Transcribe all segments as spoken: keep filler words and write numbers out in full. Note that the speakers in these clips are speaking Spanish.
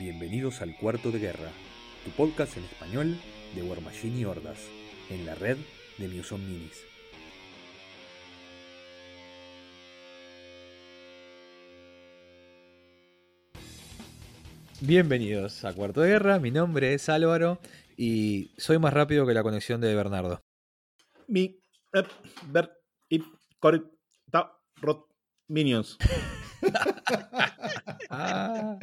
Bienvenidos al Cuarto de Guerra, tu podcast en español de War Machine y Hordas, en la red de Muson Minis. Bienvenidos a Cuarto de Guerra, mi nombre es Álvaro y soy más rápido que la conexión de Bernardo. Mi, ep, ver, ip, corit, ta, rot, minions. Ah.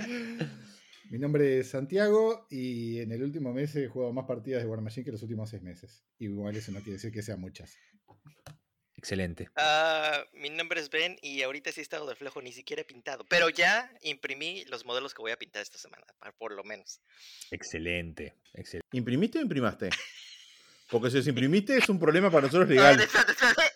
Mi nombre es Santiago y en el último mes he jugado más partidas de War Machine que los últimos seis meses. Igual eso no quiere decir que sean muchas. Excelente. Uh, mi nombre es Ben y ahorita sí he estado de flojo, ni siquiera he pintado. Pero ya imprimí los modelos que voy a pintar esta semana, por lo menos. Excelente, excelente. ¿Imprimiste o imprimaste? Porque si os imprimiste es un problema para nosotros legal. A ver, espérate, espérate.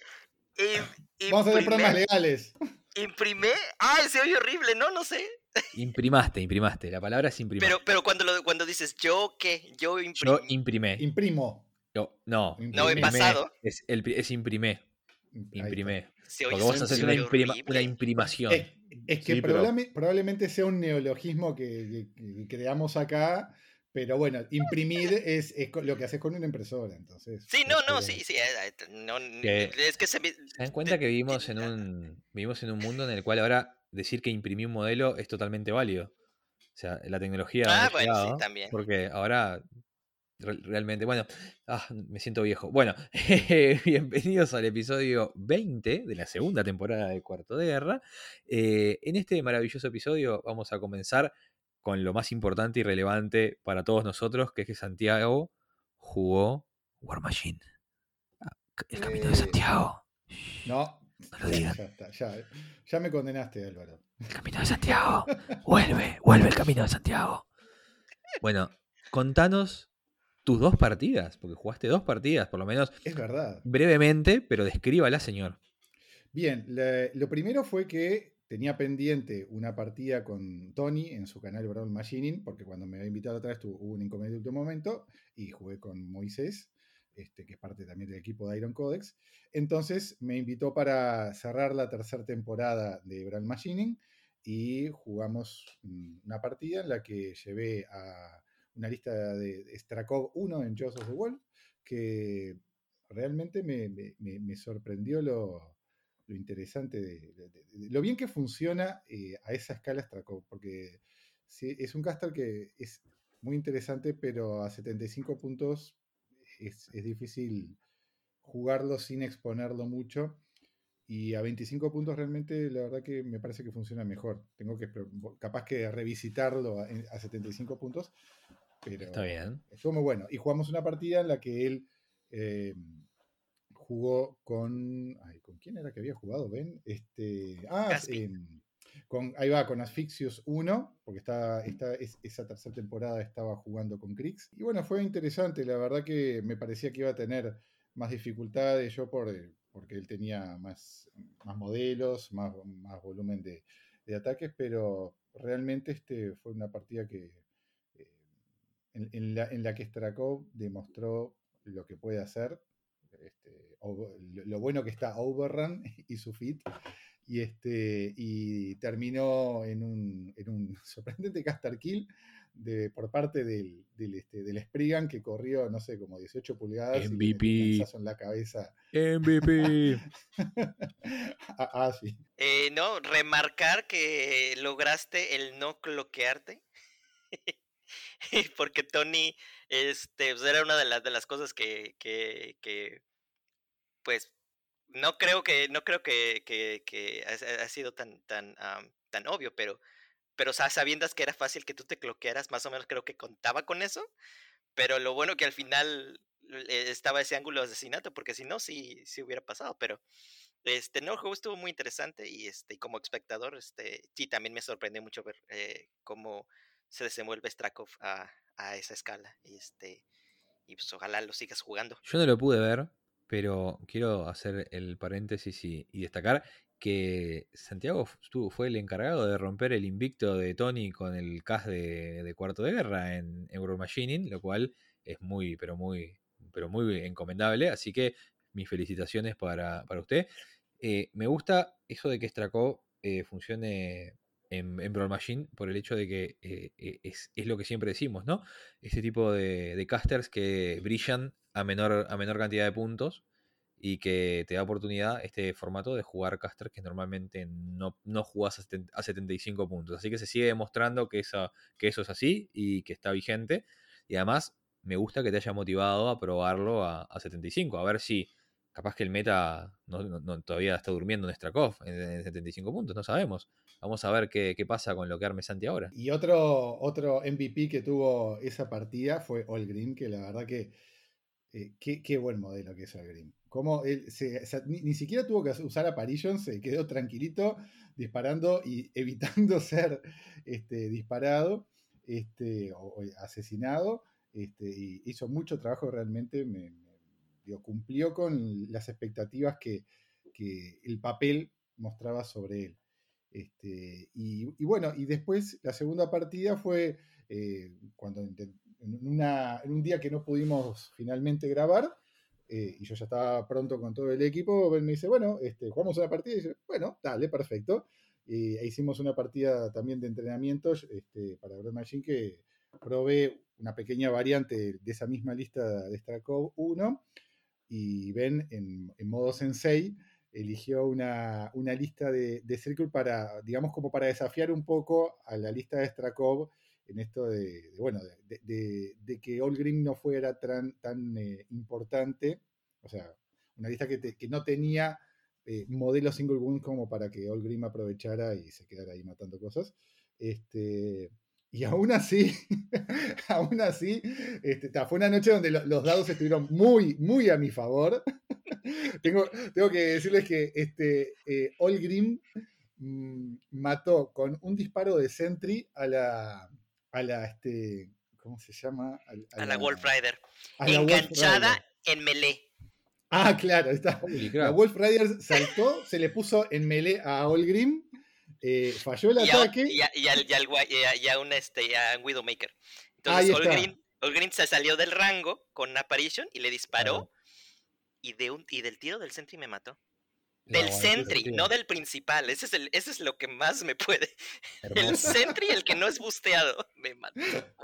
Im- Vamos a hacer imprimé- problemas legales. ¿Imprimé? ¡Ay, se oye horrible! No, no sé. Imprimaste, imprimaste. La palabra es imprimir. Pero, pero cuando, lo, cuando dices yo, ¿qué? Yo imprimí. Yo imprimé. Imprimo. Yo, no. No, en Imprimé. pasado. Es, el, es imprimé. Ahí Imprimé. Se oye Porque vos haces una, súper imprima- horrible. una imprimación. Es, es que Sí, pero- probable- probablemente sea un neologismo que, que- que creamos acá, pero bueno, imprimir es, es co- lo que haces con una impresora. Entonces, Sí, no, no, este, sí, sí. eh, eh, No, Que- es que se me... ¿Se dan cuenta que vivimos en un vivimos en un mundo en el cual ahora decir que imprimí un modelo es totalmente válido? O sea, la tecnología Ah, ha bueno, sí, llegado, también. porque ahora re- realmente, bueno, ah, me siento viejo. Bueno, bienvenidos al episodio veinte de la segunda temporada de Cuarto de Guerra. Eh, en este maravilloso episodio vamos a comenzar con lo más importante y relevante para todos nosotros, que es que Santiago jugó War Machine. Ah, El camino de Eh, Santiago. No, No lo ya, digan. ya está, ya, ya me condenaste, Álvaro. El camino de Santiago. Vuelve, vuelve el camino de Santiago. Bueno, contanos tus dos partidas, porque jugaste dos partidas, por lo menos Es verdad. brevemente, pero descríbala, señor. Bien, le- lo primero fue que tenía pendiente una partida con Tony en su canal Brawl Machining, porque cuando me había invitado otra vez tuvo, hubo un inconveniente de último momento, y jugué con Moisés, este, que es parte también del equipo de Iron Codex. Entonces me invitó para cerrar la tercera temporada de Brawl Machining, y jugamos mm, una partida en la que llevé a una lista de, de Strakov uno en Jaws of the Wolf, que realmente me, me- me- me sorprendió lo lo interesante, de, de- de- de- lo bien que funciona eh, a esa escala Strakov, porque sí, es un caster que es muy interesante, pero a setenta y cinco puntos es, es difícil jugarlo sin exponerlo mucho, y a veinticinco puntos realmente la verdad que me parece que funciona mejor. Tengo que capaz que revisitarlo a, a setenta y cinco puntos, pero Está bien. estuvo muy bueno. Y jugamos una partida en la que él... eh, jugó con. Ay, ¿con quién era que había jugado, Ben? Este, ah, Caspi. eh, con, ahí va, con Asphyxius uno, porque está, está, es, esa tercera temporada estaba jugando con Krix. Y bueno, fue interesante, la verdad que me parecía que iba a tener más dificultades yo por, porque él tenía más, más modelos, más, más volumen de, de ataques, pero realmente este fue una partida que eh, en, en, la, en la que Strakov demostró lo que puede hacer. Este, lo bueno que está Overrun y su fit, y, este, y terminó en un, en un sorprendente caster kill de, por parte del, del, este, del Spriggan, que corrió, no sé, como dieciocho pulgadas M V P. y le metió un lanzazo en la cabeza. M V P. ah, ah, sí. Eh, no, remarcar que lograste el no cloquearte. Porque Tony, este, pues era una de las de las cosas que, que, que pues, no creo que, no creo que, que, que ha, ha sido tan, tan, um, tan obvio, pero, pero sabiendas que era fácil que tú te cloquearas, más o menos creo que contaba con eso. Pero lo bueno que al final estaba ese ángulo de asesinato, porque si no, sí, sí hubiera pasado, pero este, no, el juego estuvo muy interesante y este, como espectador, este, sí, también me sorprendió mucho ver eh, cómo se desenvuelve Strakov a, a esa escala, y este, y pues ojalá lo sigas jugando. Yo no lo pude ver, pero quiero hacer el paréntesis y, y destacar que Santiago estuvo, fue el encargado de romper el invicto de Tony con el cast de, de Cuarto de Guerra en Euro Machining, lo cual es muy, pero muy, pero muy encomendable. Así que mis felicitaciones para, para usted. Eh, me gusta eso de que Strakov eh, funcione en, en Brawl Machine por el hecho de que eh, eh, es, es lo que siempre decimos, ¿no? Este tipo de, de casters que brillan a menor, a menor cantidad de puntos y que te da oportunidad este formato de jugar casters que normalmente no, no jugás a, seten- a setenta y cinco puntos. Así que se sigue demostrando que, esa, que eso es así y que está vigente. Y además me gusta que te haya motivado a probarlo a, a setenta y cinco, a ver si capaz que el meta no, no- no- todavía está durmiendo en Strakov en, en setenta y cinco puntos, no sabemos. Vamos a ver qué, qué pasa con lo que arme Santi ahora. Y otro, otro M V P que tuvo esa partida fue Allgrim, que la verdad que eh, qué, qué buen modelo que es Allgrim. Como él se- se- ni, ni siquiera tuvo que usar Apparition, se quedó tranquilito disparando y evitando ser este, disparado este, o, o asesinado. Este, y hizo mucho trabajo realmente, me, me- digo, cumplió con las expectativas que, que el papel mostraba sobre él. Este, y, y bueno, y después la segunda partida fue eh, cuando intent- en, una- en un día que no pudimos finalmente grabar, eh, y yo ya estaba pronto con todo el equipo, Ben me dice, bueno, este, jugamos una partida, y dice, bueno, dale, perfecto. Y e hicimos una partida también de entrenamientos este, para Brawl Machine que probé una pequeña variante de esa misma lista de Strakov uno y Ben en, en modo Sensei eligió una, una lista de, de Circle para, digamos, como para desafiar un poco a la lista de Strakov en esto de, de, bueno, de, de, de que Allgrim no fuera tan, tan eh, importante, o sea, una lista que, te, que no tenía eh, modelo single wound como para que Allgrim aprovechara y se quedara ahí matando cosas. Este, y aún así, aún así, este, ta, fue una noche donde lo, los dados estuvieron muy, muy a mi favor. tengo, tengo que decirles que este, eh, Allgrim mmm, mató con un disparo de Sentry a la, a la, este, ¿cómo se llama? A, a A la la, Wolf Rider. a la Wolf Enganchada Rider. en melee. Ah, claro, está. Holy La crap. Wolf Rider saltó, se le puso en melee a Allgrim, eh, falló el Y a, ataque. y a, y al- y al gua- y a- y a un este, y a un Widowmaker. Ahí Entonces está. Allgrim, Allgrim se salió del rango con Apparition y le Claro, disparó. Y, de un, y del tiro del Sentry me mató. la Del guardia Sentry, divertida. no del principal. Ese es, el, ese es lo que más me puede. El Hermoso. Sentry, el que no es busteado, me mató.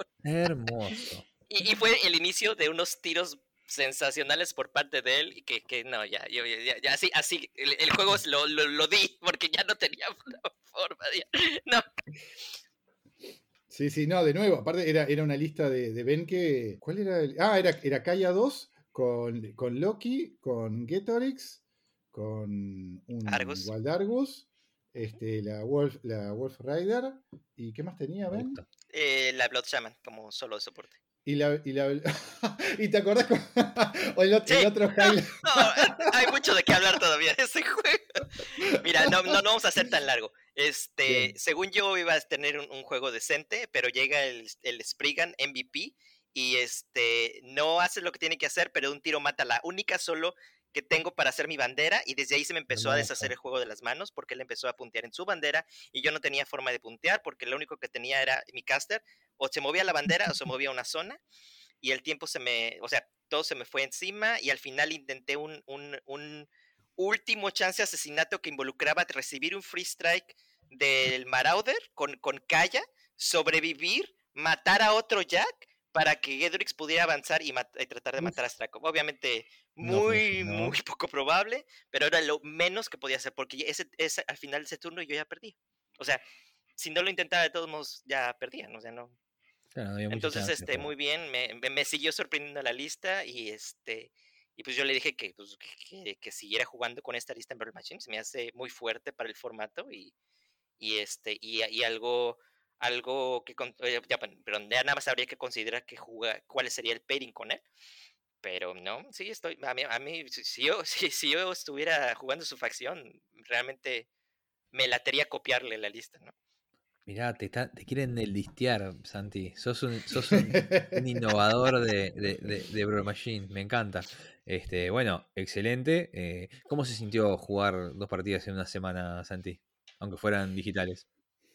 Hermoso. Y, y fue el inicio de unos tiros sensacionales por parte de él y que, que no, ya, yo, ya, ya, así, así, el, el juego lo, lo, lo di porque ya no tenía una forma, ya, no. Sí, sí, no, de nuevo, aparte era, era una lista de, de Ben que. ¿Cuál era el? Ah, era, era Kaya dos con, con Loki, con Getorix, con un Argus, Wild Argus, este, la, Wolf, la Wolf Rider. ¿Y qué más tenía Me Ben? gusta. eh, la Blood Shaman como solo de soporte. Y la. Y, la, ¿Y te acordás con, o el, Sí, el otro no, highlight? no, hay mucho de qué hablar todavía de ese juego. Mira, no, no, no vamos a hacer tan largo. Este, Bien. según yo iba a tener un, un juego decente, pero llega el, el Spriggan M V P y este no hace lo que tiene que hacer, pero de un tiro mata la única solo que tengo para hacer mi bandera y desde ahí se me empezó a deshacer el Hermoso. juego de las manos porque él empezó a puntear en su bandera y yo no tenía forma de puntear porque lo único que tenía era mi caster, o se movía la bandera o se movía una zona y el tiempo se me, o sea, todo se me fue encima y al final intenté un, un, un último chance de asesinato que involucraba recibir un free strike del Marauder con, con Kaya, sobrevivir, matar a otro Jack para que Gedrix pudiera avanzar y, mat- y tratar de Uf, matar a Strakov. Obviamente no muy, funcionó. muy poco probable, pero era lo menos que podía hacer porque ese, ese, al final de ese turno yo ya perdí. O sea, si no lo intentaba de todos modos ya perdían, o sea, no, Claro, no había mucha entonces, chance de este, jugar. muy bien, me, me, me siguió sorprendiendo la lista y este y pues yo le dije que, pues, que, que, que siguiera jugando con esta lista en Brawl Machine, se me hace muy fuerte para el formato y, y este y, y algo algo que con, eh, ya, pero ya nada más habría que considerar que juega, cuál sería el pairing con él. Pero no, sí estoy a mí, a mí si, si yo si, si yo estuviera jugando su facción, realmente me latería copiarle la lista, ¿no? Mirá, te, está- te quieren listear, Santi. Sos un, sos un, un innovador de, de, de, de Brawl Machine. Me encanta. Este, bueno, excelente. Eh, ¿cómo se sintió jugar dos partidas en una semana, Santi? Aunque fueran digitales.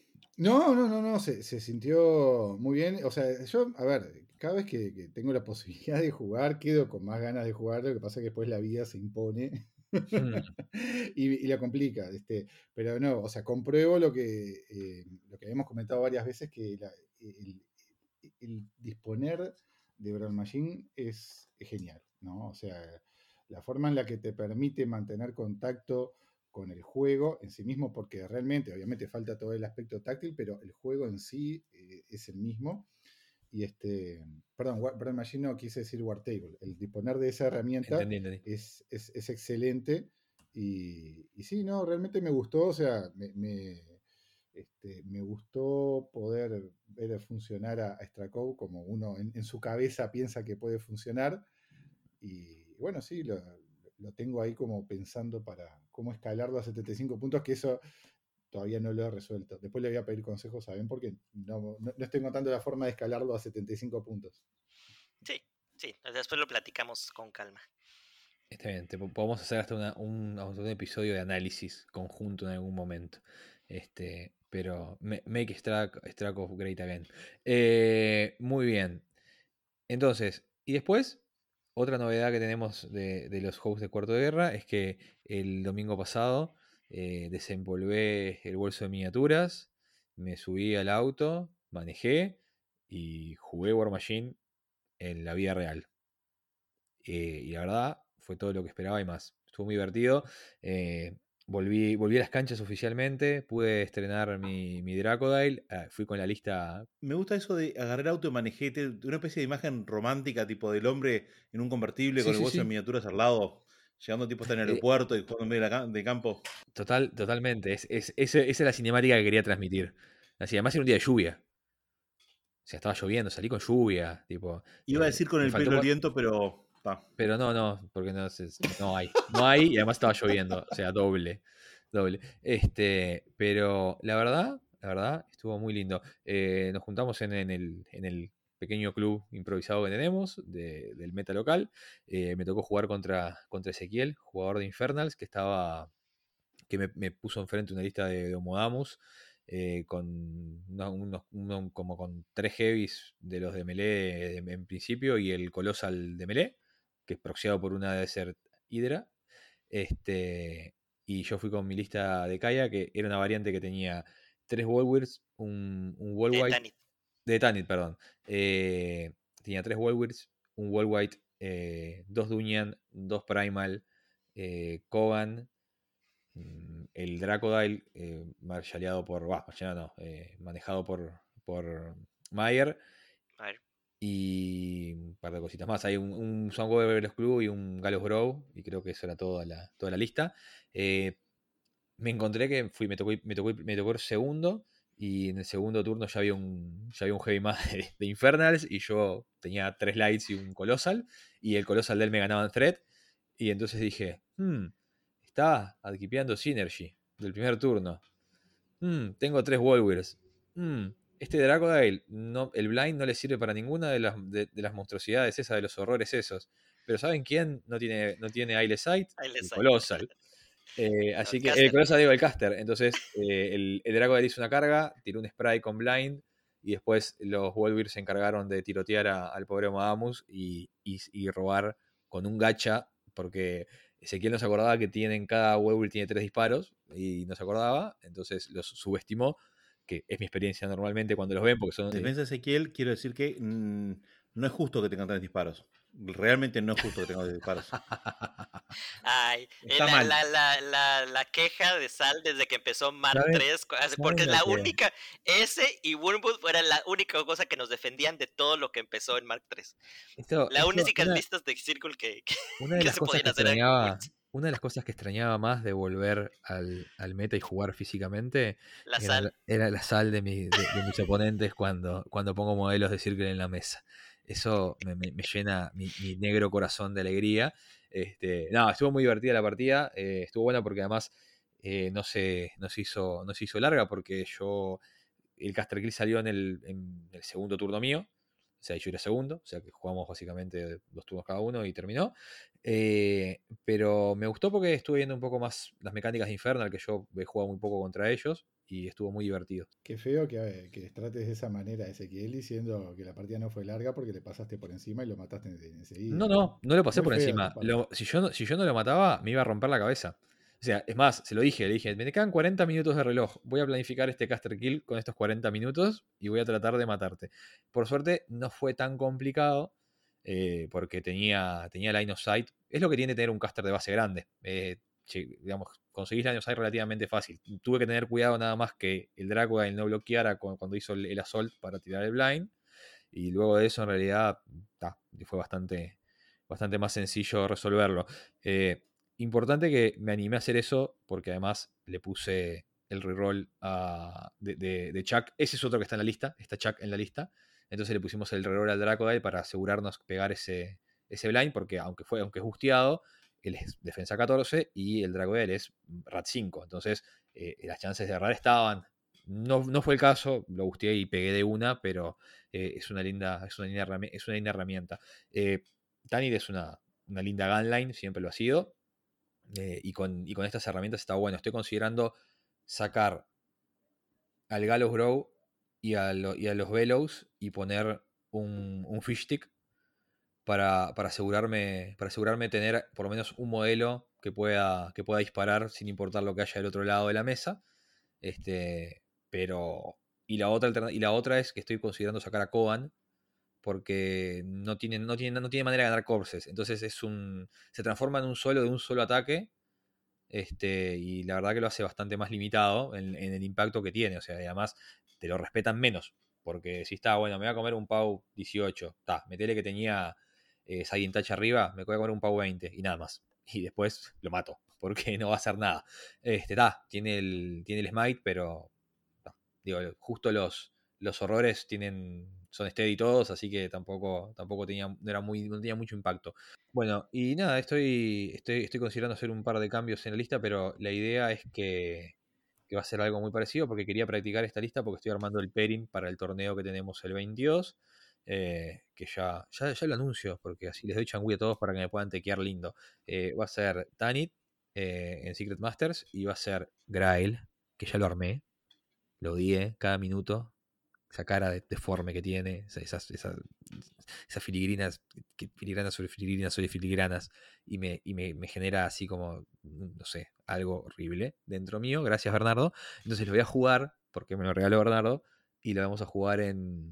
No, no, no, no, se, se sintió muy bien. O sea, yo, a ver, cada vez que, que tengo la posibilidad de jugar, quedo con más ganas de jugar. Lo que pasa es que después la vida se impone y, y lo complica. Este, pero no, o sea, compruebo lo que, eh, lo que habíamos comentado varias veces, que la- el, el disponer de Brawl Machine es, es genial, ¿no? O sea, la forma en la que te permite mantener contacto con el juego en sí mismo, porque realmente, obviamente falta todo el aspecto táctil, pero el juego en sí eh, es el mismo. Y este, perdón, War- Brawl Machine no quise decir War Table. El disponer de esa herramienta Entendí, entendí. es, es, es excelente. Y, y sí, no, realmente me gustó, o sea, me, me, este, me gustó poder ver funcionar a, a Strakow como uno en, en su cabeza piensa que puede funcionar. Y bueno, sí, lo, lo tengo ahí como pensando para cómo escalarlo a setenta y cinco puntos, que eso todavía no lo he resuelto. Después le voy a pedir consejos, ¿saben? Porque no, no, no estoy encontrando la forma de escalarlo a setenta y cinco puntos. Sí, sí, después lo platicamos con calma. Está bien, te, po- podemos hacer hasta una- un, hasta un episodio de análisis conjunto en algún momento. Este, pero me- make Strack, Strackov great again. Eh, muy bien. Entonces, y después, otra novedad que tenemos de, de los hosts de Cuarto de Guerra es que el domingo pasado eh, desempolvé el bolso de miniaturas, me subí al auto, manejé y jugué War Machine en la vida real. Eh, y la verdad, fue todo lo que esperaba y más. Estuvo muy divertido. Eh, volví, volví a las canchas oficialmente. Pude estrenar mi, mi Dracodile. eh, fui con la lista. Me gusta eso de agarrar auto y manejete, una especie de imagen romántica, tipo del hombre en un convertible Sí, con el sí, bolso de sí. miniaturas al lado, llegando tipo hasta el Eh, aeropuerto y jugando en medio de, la ca- de campo. total, totalmente. Es, es- ese- esa es la cinemática que quería transmitir. Así, además era un día de lluvia. O sea, estaba lloviendo, salí con lluvia. Tipo, Iba a eh, decir con me el faltó. pelo al cua- viento, pero ta. Pero no, no, porque no, se- no hay. No hay y además estaba lloviendo. O sea, doble. Doble. Este, pero la verdad, la verdad, estuvo muy lindo. Eh, nos juntamos en, en el, en el pequeño club improvisado que tenemos de- del meta local. Eh, me tocó jugar contra, contra Ezequiel, jugador de Infernals, que estaba. Que me, me puso enfrente una lista de, de Homodamus. eh, con uno- unos, uno como con tres heavies de los de melee en, en principio y el Colossal de melee, que es proxiado por una Desert Hydra. Este, y yo fui con mi lista de Kaya, que era una variante que tenía tres Wallwirds, un, un Wall De White, Tanit. de Tanit, perdón. Eh, tenía tres Wallwirds, un Wall White, eh, dos Dunyan, dos Primal, eh, Kogan, mm, el Dracodile, eh, marshaleado por, bah, marshaleado no, eh, manejado por, por Mayer, A ver, y un par de cositas más. Hay un, un Soundwave Velos Club y un Gallows Grow, y creo que eso era toda la, toda la lista. Eh, me encontré que fui, me tocó, me tocó, me tocó el segundo, y en el segundo turno ya había un, ya había un heavy más de, de Infernals, y yo tenía tres lights y un Colossal, y el Colossal de él me ganaba en thread, y entonces dije, hmm, está adquipeando Synergy del primer turno. Hmm, tengo tres Wolvers. Hmm, este Dracodile, no, el blind no le sirve para ninguna de las, de, de las monstruosidades esas, de los horrores esos. Pero ¿saben quién no tiene, no tiene Eyeless Sight? ahí El les hay. Colossal. Eh, No, así que el Caster. Colossal digo el caster. Entonces eh, el, el Dracodile hizo una carga, tiró un spray con blind. Y después los Wolvers se encargaron de tirotear a- al pobre Madamus y, y, y robar con un gacha. Porque Ezequiel no se acordaba que tienen, cada Wolverine tiene tres disparos y no se acordaba, entonces los subestimó, que es mi experiencia normalmente cuando los ven, porque son... En eh, defensa de Ezequiel, quiero decir que mm, no es justo que tengan tres disparos. Realmente no es justo que tengan tres disparos. Ay, eh, Está la, mal. la, la, la, la queja de Sal desde que empezó Mark ¿Saben, tres, cu- hace- porque saben lo la que... única, ese y Wormwood fueran la única cosa que nos defendían de todo lo que empezó en Mark tres. Esto, La esto, única una, listas de Circle que, que, una de que las se cosas podían que hacer eran con extrañaba, Words. una de las cosas que extrañaba más de volver al, al meta y jugar físicamente La era, la- Sal. era la sal de, mi- de- de mis oponentes cuando, cuando pongo modelos de Circle en la mesa. Eso me, me- me llena mi, mi negro corazón de alegría. Este, no, estuvo muy divertida la partida. eh, estuvo buena porque además eh, no, se, no, se hizo, no se hizo larga porque yo. El Caster Kill salió en el, en el segundo turno mío. o sea, yo era segundo, o sea que jugamos básicamente dos turnos cada uno y terminó. Eh, pero me gustó porque estuve viendo un poco más las mecánicas de Infernal, que yo he jugado muy poco contra ellos, y estuvo muy divertido. Qué feo que, que trates de esa manera a Ezequiel diciendo que la partida no fue larga porque le pasaste por encima y lo mataste enseguida. No, no, no lo pasé Muy por feo de encima. tu parte. Lo- si, yo, no- si yo no lo mataba, me iba a romper la cabeza. O sea, es más, se lo dije, le dije, me quedan cuarenta minutos de reloj, voy a planificar este caster kill con estos cuarenta minutos y voy a tratar de matarte. Por suerte no fue tan complicado, eh, porque tenía, tenía line of sight. Es lo que tiene tener un caster de base grande. Eh, che, digamos, conseguís line of sight relativamente fácil. Tuve que tener cuidado nada más que el Dracula no bloqueara cu- cuando hizo el, el assault para tirar el blind. Y luego de eso, en realidad, ta, fue bastante, bastante más sencillo resolverlo. Eh, importante que me animé a hacer eso porque además le puse el reroll a, de, de, de Chuck. Ese es otro que está en la lista, está Chuck en la lista. Entonces le pusimos el reroll al Dracodile para asegurarnos pegar ese, ese blind, porque aunque fue, aunque es busteado, él es defensa catorce y el Dracodile es rat cinco. Entonces eh, las chances de errar estaban. No, no fue el caso, lo busteé y pegué de una, pero eh, es, una linda, es, una linda herramienta, es una linda herramienta. Eh, Tanid es una, una linda gunline, siempre lo ha sido. Eh, y, con, y con estas herramientas está bueno. Estoy considerando sacar al Gallows Grow y a, lo, y a los Bellows y poner un, un fish stick para, para asegurarme para asegurarme tener por lo menos un modelo que pueda, que pueda disparar sin importar lo que haya del otro lado de la mesa. Este, pero. Y la, otra alterna- y la otra es que estoy considerando sacar a Koban, porque no tiene, no tiene, no tiene manera de ganar corpses. Entonces es un. Se transforma en un solo de un solo ataque. Este, y la verdad que lo hace bastante más limitado en, en el impacto que tiene. O sea, y además te lo respetan menos. Porque si está, bueno, me voy a comer un Pau dieciocho. Está, metele que tenía eh, Silent Touch arriba, me voy a comer un Pau veinte y nada más. Y después lo mato, porque no va a hacer nada. Este, está, tiene el, tiene el smite, pero ta, digo, justo los, los horrores tienen, son steady todos, así que tampoco, tampoco tenía, no era muy, no tenía mucho impacto. Bueno, y nada, estoy, estoy, estoy considerando hacer un par de cambios en la lista, pero la idea es que, que va a ser algo muy parecido, porque quería practicar esta lista porque estoy armando el pairing para el torneo que tenemos el veintidós, eh, que ya, ya, ya lo anuncio, porque así les doy changüí a todos para que me puedan tequear lindo. Eh, va a ser Tanit eh, en Secret Masters y va a ser Grail, que ya lo armé, lo odié cada minuto, esa cara de- deforme que tiene, esa- esas, esas, esas filigranas, que- filigranas sobre filigranas sobre filigranas, y me, y me, me genera así como, no sé, algo horrible dentro mío. Gracias, Bernardo. Entonces lo voy a jugar, porque me lo regaló Bernardo, y lo vamos a jugar en,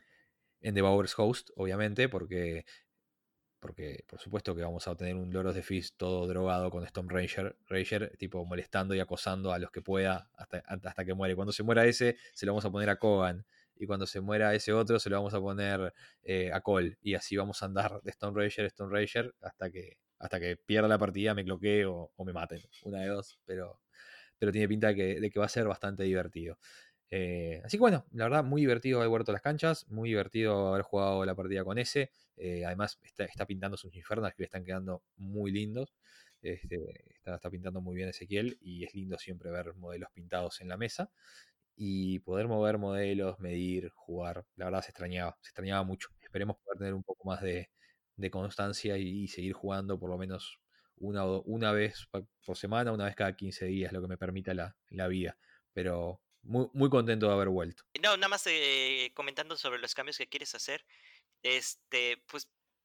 en The Bowers Host, obviamente, porque porque por supuesto que vamos a tener un Lord of the Fist todo drogado con Storm Ranger, Ranger, tipo molestando y acosando a los que pueda hasta, hasta que muere. Cuando se muera ese, se lo vamos a poner a Kogan. Y cuando se muera ese otro, se lo vamos a poner eh, a Cole. Y así vamos a andar de Stone Ranger, Stone Ranger, hasta que, hasta que pierda la partida, me cloquee o, o me maten. Una de dos, pero, pero tiene pinta de que, de que va a ser bastante divertido. Eh, así que bueno, la verdad, muy divertido haber vuelto a las canchas, muy divertido haber jugado la partida con ese. Eh, además, está, está pintando sus infernals que le están quedando muy lindos. Este, está, está pintando muy bien Ezequiel y es lindo siempre ver modelos pintados en la mesa y poder mover modelos, medir, jugar. La verdad se extrañaba, se extrañaba mucho. Esperemos poder tener un poco más de, de constancia y, y seguir jugando por lo menos una, o- una vez pa- por semana, una vez cada quince días, lo que me permita la, la vida. Pero muy, muy contento de haber vuelto. No, nada más eh, comentando sobre los cambios que quieres hacer. Este, pues,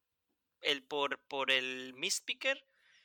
el por, por el Mist Picker,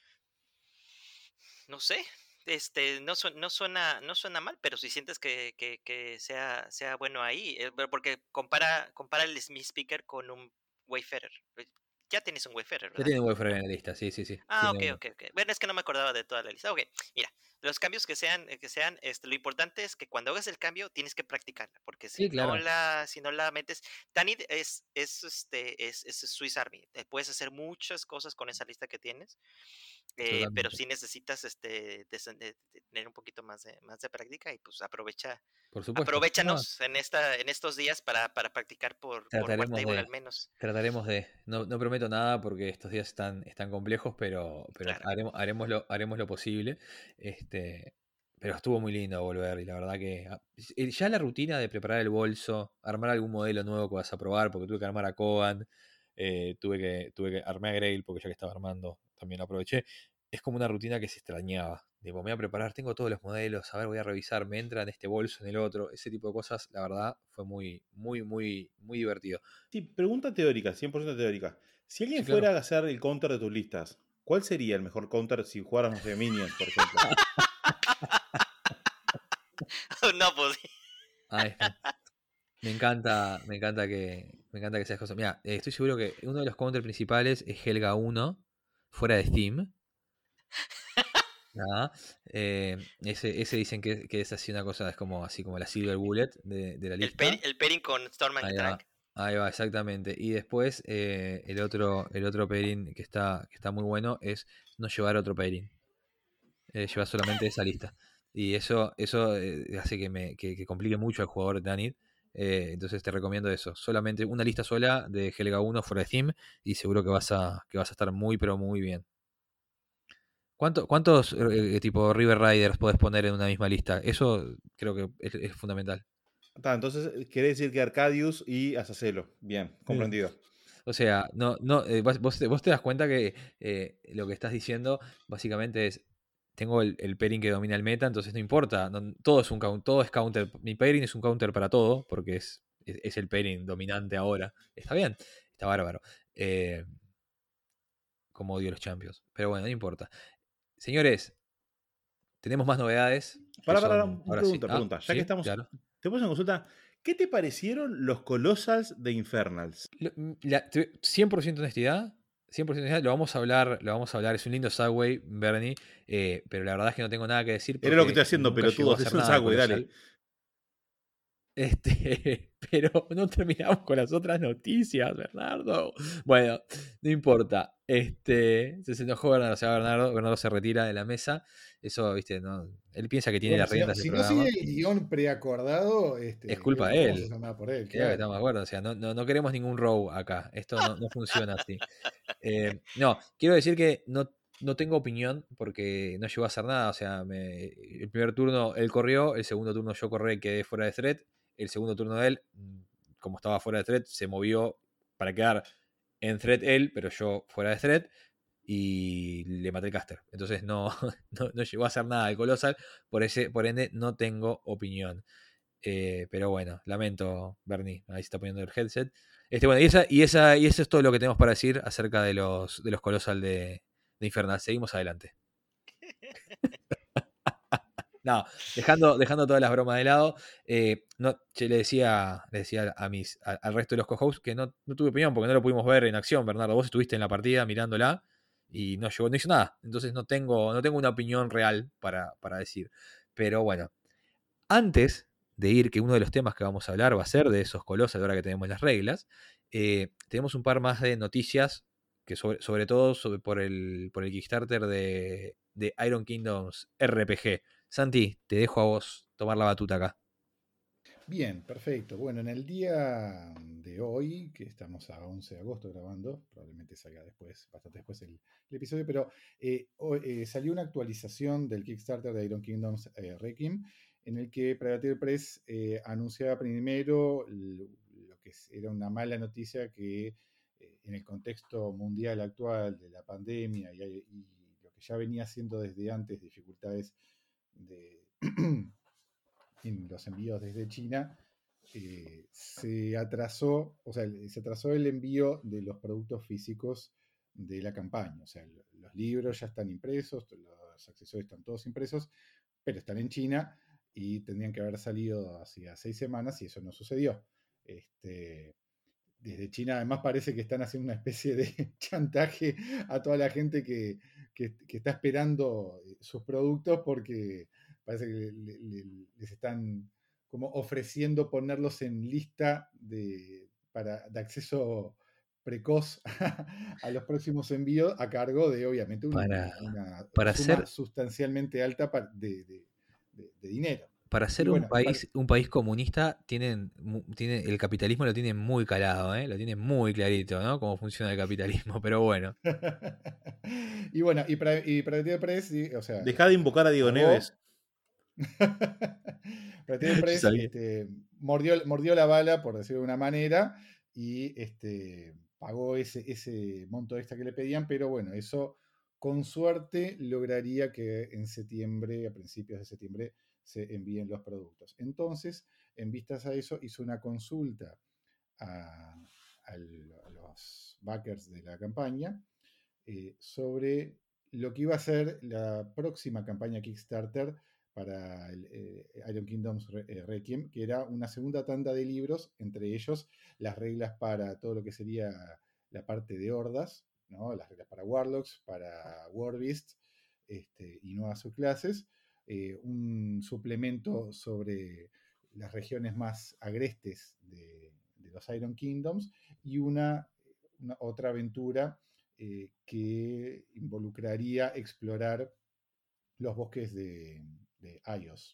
no sé. Este, no, su- no suena, no suena mal, pero si sientes que, que, que sea, sea bueno ahí, eh, pero porque compara, compara el Mist Picker con un Wayfarer. Eh, Ya tienes un Wayfarer, Ya ¿verdad? tiene Wayfarer en la lista, sí, sí, sí. Ah, Tiene ok, uno. ok, ok. Bueno, es que no me acordaba de toda la lista. Ok, mira, los cambios que sean, eh, que sean, este, lo importante es que cuando hagas el cambio tienes que practicarla, porque si Sí, no claro. la, si no la metes, Tanid es, es, este, es, es Swiss Army. Eh, Puedes hacer muchas cosas con esa lista que tienes, eh, pero Totalmente. sí necesitas, este, desen- de- de tener un poquito más de, más de práctica y pues aprovecha, Por supuesto. No, aprovéchanos en esta, en estos días para, para practicar por, por War trataremos Table de, al menos. trataremos de, no, no prometo nada porque estos días están, están complejos, pero, pero Claro. haremos, haremos, lo, haremos lo posible. Este, pero estuvo muy lindo volver y la verdad que ya la rutina de preparar el bolso, armar algún modelo nuevo que vas a probar, porque tuve que armar a Kogan, eh, tuve que tuve que armar a Grail porque ya que estaba armando también lo aproveché. Es como una rutina que se extrañaba. Digo, me voy a preparar, tengo todos los modelos, a ver, voy a revisar, me entra en este bolso, en el otro, ese tipo de cosas, la verdad, fue muy, muy, muy, muy divertido. Sí, pregunta teórica, cien por ciento teórica. Si alguien Sí, claro. fuera a hacer el counter de tus listas, ¿cuál sería el mejor counter si jugaras, no sé, Minions, por ejemplo? No, pues sí. Ahí está. Me encanta, me encanta que, me encanta que seas cosas. Mira, eh, estoy seguro que uno de los counters principales es Helga uno, fuera de Steam. Ah, eh, ese, ese dicen que, que es así una cosa, es como así como la Silver Bullet de, de la El, lista. pair- el pairing con Storm and Ahí Drag. va, ahí va, exactamente. Y después eh, el otro, el otro pairing que está, que está muy bueno es no llevar otro pairing. Eh, llevar solamente esa lista. Y eso, eso eh, hace que me que, que complique mucho al jugador Danit. Eh, entonces te recomiendo eso. Solamente una lista sola de Helga uno fuera de Steam. Y seguro que vas a, que vas a estar muy pero muy bien. ¿Cuánto, ¿Cuántos eh, tipo River Riders podés poner en una misma lista? Eso creo que es, es fundamental. Está, entonces quiere decir que Arcadius y Azacelo. Bien, comprendido. O sea, no, no, eh, vos, vos te, vos te das cuenta que eh, lo que estás diciendo básicamente es tengo el, el pairing que domina el meta, entonces no importa, no, todo es un counter, todo es counter, mi pairing es un counter para todo, porque es, es, es el pairing dominante ahora. Está bien, está bárbaro. Eh, como odio los champions. Pero bueno, no importa. Señores, tenemos más novedades. Para, para, Son, una ahora sí. pregunta, Ah, pregunta. Ya que sí, estamos. claro. Te puse en consulta. ¿Qué te parecieron los Colossals de Infernals? La, cien por ciento honestidad. cien por ciento honestidad, lo vamos a hablar, lo vamos a hablar, es un lindo segue, Bernie, eh, pero la verdad es que no tengo nada que decir. Era lo que estoy haciendo, pelotudo, es un segue, dale. Este, pero no terminamos con las otras noticias, Bernardo. Bueno, no importa. Este, se enojó Bernardo, o sea, Bernardo, Bernardo se retira de la mesa. Eso, viste, no, él piensa que tiene Bueno, las riendas si del no, si programa. no sigue el guión preacordado, este, Es culpa no de podemos él. hacer nada por él. Creo que Claro. estamos de acuerdo. O sea, no, no, no queremos ningún row acá. Esto no, no funciona así. Eh, no, quiero decir que no, no tengo opinión porque no llegó a hacer nada. O sea, me, el primer turno él corrió, el segundo turno yo corrí y quedé fuera de thread. El segundo turno de él, como estaba fuera de thread, se movió para quedar en thread él, pero yo fuera de thread. Y le maté el caster. Entonces no, no, no llegó a hacer nada el Colossal. Por, ese, por ende, no tengo opinión. Eh, pero bueno, lamento, Bernie. Ahí se está poniendo el headset. Este, bueno, y, esa, y, esa, y eso es todo lo que tenemos para decir acerca de los, de los Colossal de, de Infernal. Seguimos adelante. No, dejando, dejando todas las bromas de lado, eh, no, le decía, le decía a mis, a, al resto de los co-hosts que no, no tuve opinión porque no lo pudimos ver en acción, Bernardo. Vos estuviste en la partida mirándola y no llegó, no hizo nada. Entonces no tengo, no tengo una opinión real para, para decir. Pero bueno, antes de ir, que uno de los temas que vamos a hablar va a ser de esos Colossal, ahora que tenemos las reglas, eh, tenemos un par más de noticias, que sobre, sobre todo sobre, por, el, por el Kickstarter de, de Iron Kingdoms R P G. Santi, te dejo a vos tomar la batuta acá. Bien, perfecto. Bueno, en el día de hoy, que estamos a once de agosto grabando, probablemente salga después, bastante después el, el episodio, pero eh, hoy, eh, salió una actualización del Kickstarter de Iron Kingdoms eh, Requiem, en el que Privateer Press eh, anunciaba primero lo, lo que era una mala noticia que eh, en el contexto mundial actual de la pandemia y, y lo que ya venía siendo desde antes dificultades de en los envíos desde China, eh, se atrasó, o sea, se atrasó el envío de los productos físicos de la campaña. O sea, los libros ya están impresos, los accesorios están todos impresos, pero están en China y tendrían que haber salido hacía seis semanas y eso no sucedió. Este, desde China además parece que están haciendo una especie de chantaje a toda la gente que, que, que está esperando sus productos porque parece que le, le, les están como ofreciendo ponerlos en lista de, para, de acceso precoz a los próximos envíos a cargo de obviamente un, para, una para suma ser, sustancialmente alta de, de, de, de dinero. Para ser bueno, un país, para... un país comunista, tienen, tiene, el capitalismo lo tiene muy calado, ¿eh? Lo tiene muy clarito, ¿no? Cómo funciona el capitalismo, pero bueno. Y bueno, y para, y para el Press, y, o sea. Dejá de invocar a Diego Neves. Predictive Yo Press sabía. este, mordió, mordió la bala, por decirlo de una manera, y este, pagó ese, ese monto extra que le pedían, pero bueno, eso con suerte lograría que en septiembre, a principios de septiembre, se envíen los productos. Entonces, en vistas a eso, hizo una consulta a, a los backers de la campaña eh, sobre lo que iba a ser la próxima campaña Kickstarter para el, eh, Iron Kingdoms Re eh, Requiem, que era una segunda tanda de libros, entre ellos las reglas para todo lo que sería la parte de hordas, ¿no? Las reglas para Warlocks, para Warbeasts este, y nuevas subclases, eh, un suplemento sobre las regiones más agrestes de, de los Iron Kingdoms y una, una otra aventura eh, que involucraría explorar los bosques de, de Ios.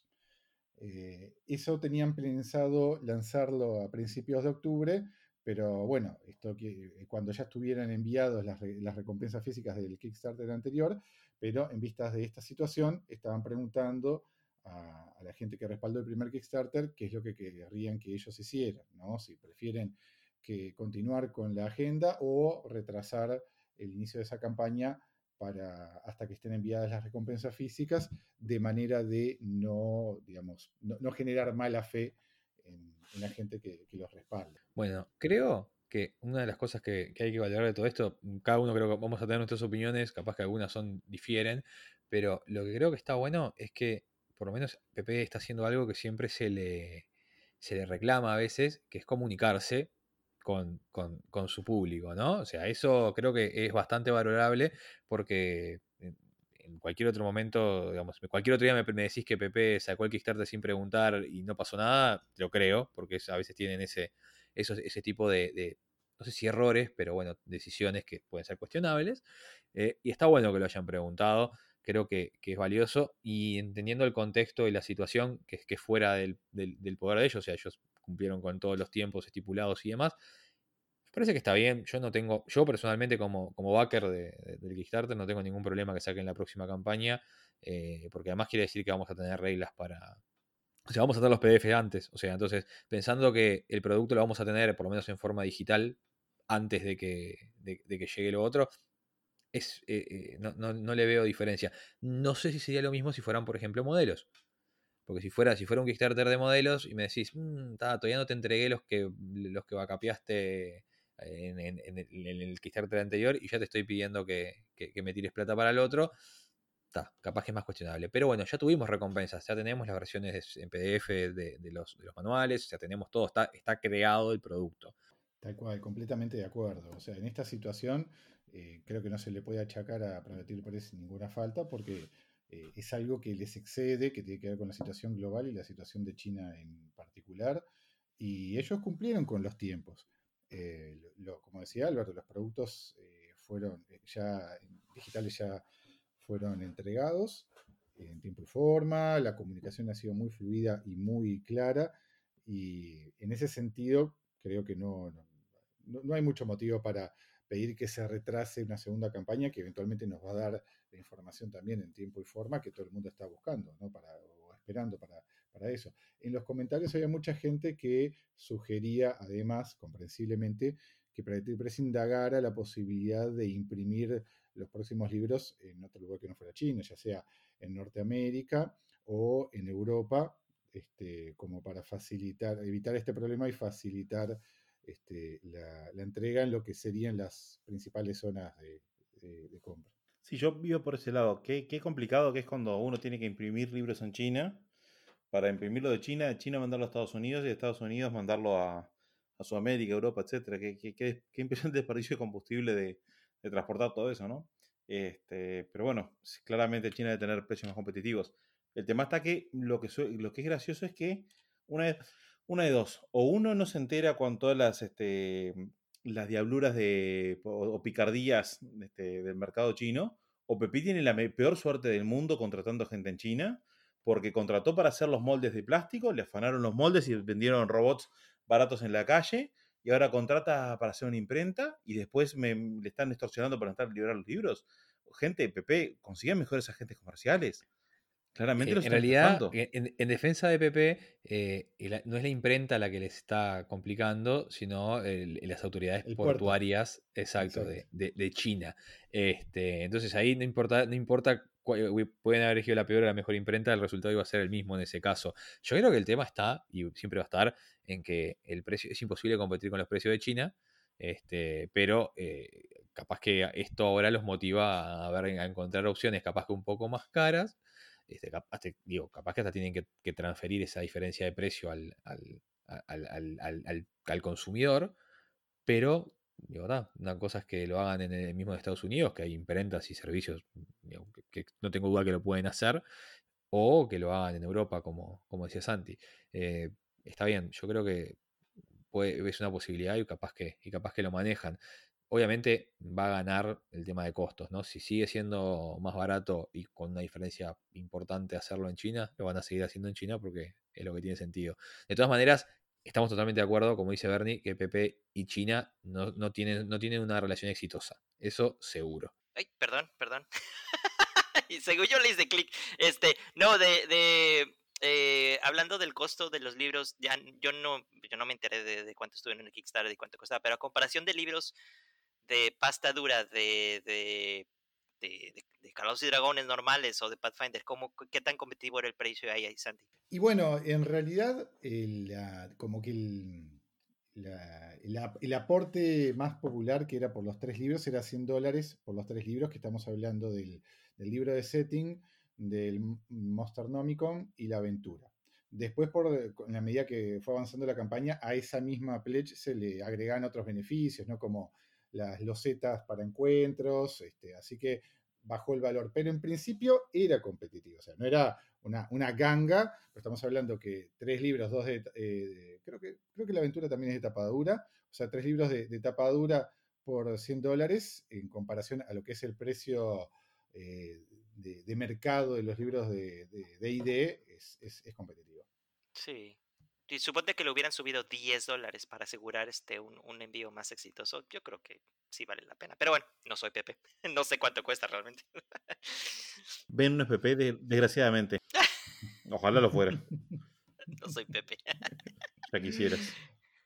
Eh, eso tenían pensado lanzarlo a principios de octubre, pero bueno, esto que, cuando ya estuvieran enviados las, las recompensas físicas del Kickstarter anterior, pero en vistas de esta situación estaban preguntando a, a la gente que respaldó el primer Kickstarter qué es lo que querrían que ellos hicieran, ¿no? Si prefieren que continuar con la agenda o retrasar el inicio de esa campaña para, hasta que estén enviadas las recompensas físicas, de manera de no, digamos, no, no generar mala fe en, en la gente que, que, los respalda. Bueno, creo que una de las cosas que, que hay que valorar de todo esto, cada uno creo que vamos a tener nuestras opiniones, capaz que algunas son difieren, pero lo que creo que está bueno es que por lo menos Pepe está haciendo algo que siempre se le, se le reclama a veces, que es comunicarse con, con, con su público, ¿no? O sea, eso creo que es bastante valorable porque en, en cualquier otro momento, digamos, cualquier otro día me, me decís que Pepe sacó el Kickstarter sin preguntar y no pasó nada, te lo creo, porque es, a veces tienen ese, eso, ese tipo de, de, no sé si errores, pero bueno, decisiones que pueden ser cuestionables. Eh, y está bueno que lo hayan preguntado, creo que, que, es valioso y entendiendo el contexto y la situación que es que fuera del, del, del poder de ellos, o sea, ellos cumplieron con todos los tiempos estipulados y demás. Me parece que está bien. Yo no tengo, yo personalmente como, como backer de, de, del Kickstarter no tengo ningún problema que saquen la próxima campaña, eh, porque además quiere decir que vamos a tener reglas para, o sea, vamos a tener los P D F antes. O sea, entonces, pensando que el producto lo vamos a tener por lo menos en forma digital antes de que, de, de que llegue lo otro, es, eh, eh, no, no, no le veo diferencia. No sé si sería lo mismo si fueran, por ejemplo, modelos. Porque si fuera, si fuera un Kickstarter de modelos y me decís, mmm, todavía no te entregué los que, los que vacapeaste en, en, en, el, en el Kickstarter anterior y ya te estoy pidiendo que, que, que me tires plata para el otro, está, capaz que es más cuestionable. Pero bueno, ya tuvimos recompensas, ya tenemos las versiones en P D F de, de, los, de los manuales, ya tenemos todo, está, está creado el producto. Tal cual, completamente de acuerdo. O sea, en esta situación eh, creo que no se le puede achacar a Predictive Press ninguna falta porque eh, es algo que les excede, que tiene que ver con la situación global y la situación de China en particular. Y ellos cumplieron con los tiempos. Eh, lo, como decía Alberto, los productos eh, fueron ya digitales ya fueron entregados en tiempo y forma, la comunicación ha sido muy fluida y muy clara, y en ese sentido creo que no, no, no hay mucho motivo para pedir que se retrase una segunda campaña que eventualmente nos va a dar la información también en tiempo y forma que todo el mundo está buscando, ¿no? Para, o esperando para, para eso. En los comentarios había mucha gente que sugería, además, comprensiblemente, que Predictive Press indagara la posibilidad de imprimir los próximos libros en otro lugar que no fuera China, ya sea en Norteamérica o en Europa, este, como para facilitar, evitar este problema y facilitar este, la, la entrega en lo que serían las principales zonas de, de, de compra. Sí, yo vivo por ese lado. Qué, qué complicado que es cuando uno tiene que imprimir libros en China, para imprimirlo de China, de China mandarlo a Estados Unidos y de Estados Unidos mandarlo a, a Sudamérica, Europa, etcétera. Qué, qué, qué, qué impresionante desperdicio de combustible de, de transportar todo eso, ¿no? Este, pero bueno, claramente China debe tener precios más competitivos. El tema está que lo que, lo que es gracioso es que una de, una de dos, o uno no se entera con todas las, este, las diabluras de, o, o picardías este, del mercado chino, o Pepí tiene la peor suerte del mundo contratando gente en China, porque contrató para hacer los moldes de plástico, le afanaron los moldes y vendieron robots baratos en la calle, y ahora contrata para hacer una imprenta y después me, le están extorsionando para estar liberar los libros. Gente, Pepe, consigan mejores agentes comerciales. Claramente Eh, los en están realidad, estafando. en, en defensa de Pepe, eh, el- no es la imprenta la que les está complicando, sino el- las autoridades El puerto. portuarias, exacto, Exacto. de, de- de China. Este, entonces ahí no importa, no importa, cuál- hu- pueden haber elegido la peor o la mejor imprenta, el resultado iba a ser el mismo en ese caso. Yo creo que el tema está, y siempre va a estar, en que el precio es imposible competir con los precios de China, este, pero eh, capaz que esto ahora los motiva a, ver, a encontrar opciones capaz que un poco más caras. Este, capaz, te- digo, capaz que hasta tienen que, que transferir esa diferencia de precio al, al, al- al- al- al- al consumidor, pero digo, nada, una cosa es que lo hagan en el mismo de Estados Unidos, que hay imprentas y servicios digo, que, que no tengo duda que lo pueden hacer, o que lo hagan en Europa, como, como decía Santi. Eh, está bien, yo creo que puede, es una posibilidad y capaz que, y capaz que lo manejan. Obviamente va a ganar el tema de costos, ¿no? Si sigue siendo más barato y con una diferencia importante hacerlo en China, lo van a seguir haciendo en China porque es lo que tiene sentido. De todas maneras, estamos totalmente de acuerdo, como dice Bernie, que Pepe y China no, no tienen, no tienen una relación exitosa. Eso seguro. Ay, perdón, perdón. Y según yo le hice clic. Este, no, de, de eh, hablando del costo de los libros, ya yo no, yo no me enteré de, de cuánto estuvo en el Kickstarter y cuánto costaba, pero a comparación de libros de pasta dura de, de, de, de, de Calabozos y Dragones normales o de Pathfinder, ¿cómo, ¿qué tan competitivo era el precio ahí, ahí Santi? Y bueno, en realidad, el, la- como que el, la- el ap- el aporte más popular que era por los tres libros era cien dólares por los tres libros, que estamos hablando del, del libro de setting, del M- Monsternomicon y la aventura. Después, por, en la medida que fue avanzando la campaña, a esa misma pledge se le agregan otros beneficios, ¿no? Como las losetas para encuentros, este, así que bajó el valor. Pero en principio era competitivo, o sea, no era una, una ganga, pero estamos hablando que tres libros, dos de, eh, creo, que, creo que la aventura también es de tapadura, o sea, tres libros de, de tapadura por cien dólares en comparación a lo que es el precio eh, de, de mercado de los libros de D y D, es, es, es competitivo. Sí. Y suponte que le hubieran subido diez dólares para asegurar este un, un envío más exitoso. Yo creo que sí vale la pena. Pero bueno, no soy Pepe. No sé cuánto cuesta realmente. Ven un F P, de- desgraciadamente. Ojalá lo fuera. No soy Pepe. Ya quisieras.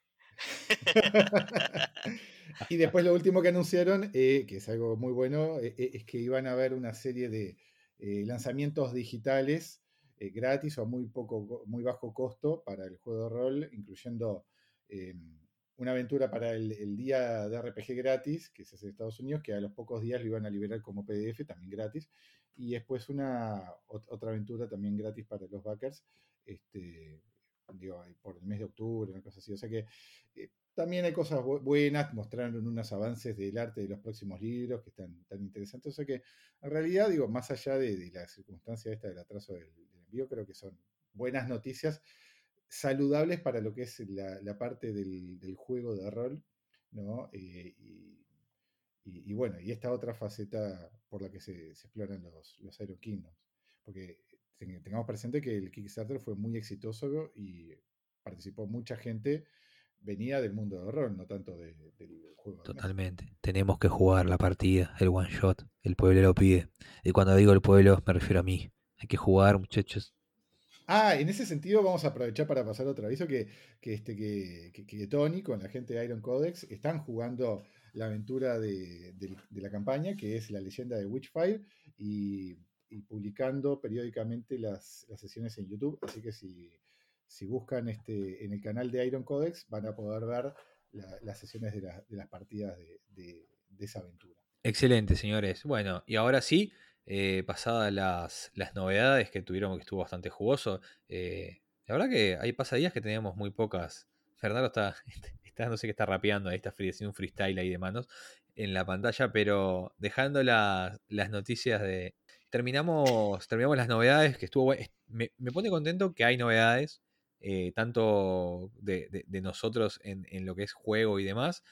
Y después lo último que anunciaron, eh, que es algo muy bueno, eh, eh, es que iban a haber una serie de eh, lanzamientos digitales eh, gratis o a muy, poco, muy bajo costo para el juego de rol, incluyendo eh, una aventura para el, el día de R P G gratis, que se hace en Estados Unidos, que a los pocos días lo iban a liberar como P D F, también gratis, y después una ot- otra aventura también gratis para los backers, este, digo, por el mes de octubre, una cosa así. O sea que eh, también hay cosas bu buenas, mostraron unos avances del arte de los próximos libros que están tan interesantes. O sea que, en realidad, digo, más allá de, de la circunstancia esta del atraso del, del envío, creo que son buenas noticias saludables para lo que es la, la parte del, del, juego de rol, ¿no? Eh, y, y, y, bueno, y esta otra faceta por la que se, se exploran los, los Iron Kingdoms. Porque tengamos presente que el Kickstarter fue muy exitoso y participó mucha gente, venía del mundo de rol, no tanto de, del juego de mesa. Totalmente. Tenemos que jugar la partida, el one shot. El pueblo lo pide. Y cuando digo el pueblo, me refiero a mí. Hay que jugar, muchachos. Ah, en ese sentido vamos a aprovechar para pasar otro aviso que, que, este, que, que, que Tony con la gente de Iron Codex están jugando la aventura de, de, de la campaña, que es la leyenda de Witchfire, y, y publicando periódicamente las, las sesiones en YouTube. Así que si, si buscan este, en el canal de Iron Codex van a poder ver la, las sesiones de, la, de, las partidas de, de, de esa aventura. Excelente, señores. Bueno, y ahora sí, eh, pasadas las, las novedades que tuvieron, que estuvo bastante jugoso. Eh, la verdad que hay pasadías que teníamos muy pocas. Fernando está, está, no sé qué está rapeando, ahí está haciendo un freestyle ahí de manos en la pantalla, pero dejando las, las noticias de... Terminamos, terminamos las novedades, que estuvo bueno. Me, me pone contento que hay novedades, eh, tanto de, de, de nosotros en, en lo que es juego y demás,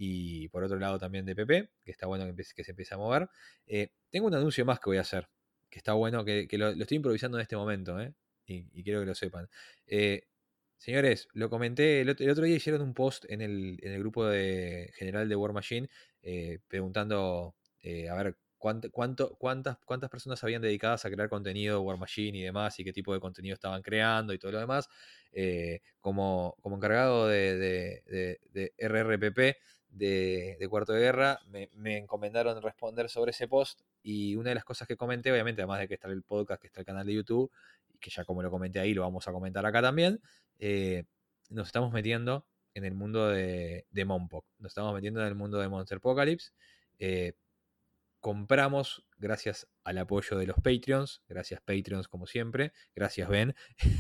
y por otro lado también de Pepe, que está bueno que, empiece, que se empiece a mover. Eh, tengo un anuncio más que voy a hacer, que está bueno, que, que lo, lo, estoy improvisando en este momento, ¿eh? y, y quiero que lo sepan. Eh, señores, lo comenté, el otro, el otro día hicieron un post en el, en el grupo de general de War Machine, eh, preguntando, eh, a ver, cuánto, cuánto, cuántas, cuántas personas habían dedicadas a crear contenido War Machine y demás, y qué tipo de contenido estaban creando y todo lo demás. Eh, como, como encargado de, de, de, de R R P P de, de Cuarto de Guerra, me, me encomendaron responder sobre ese post, y una de las cosas que comenté, obviamente, además de que está el podcast, que está el canal de YouTube, y que ya como lo comenté ahí, lo vamos a comentar acá también, eh, nos estamos metiendo en el mundo de, de Monpok. Nos estamos metiendo en el mundo de Monster Apocalypse. Eh, compramos, gracias al apoyo de los Patreons, gracias Patreons como siempre, gracias Ben,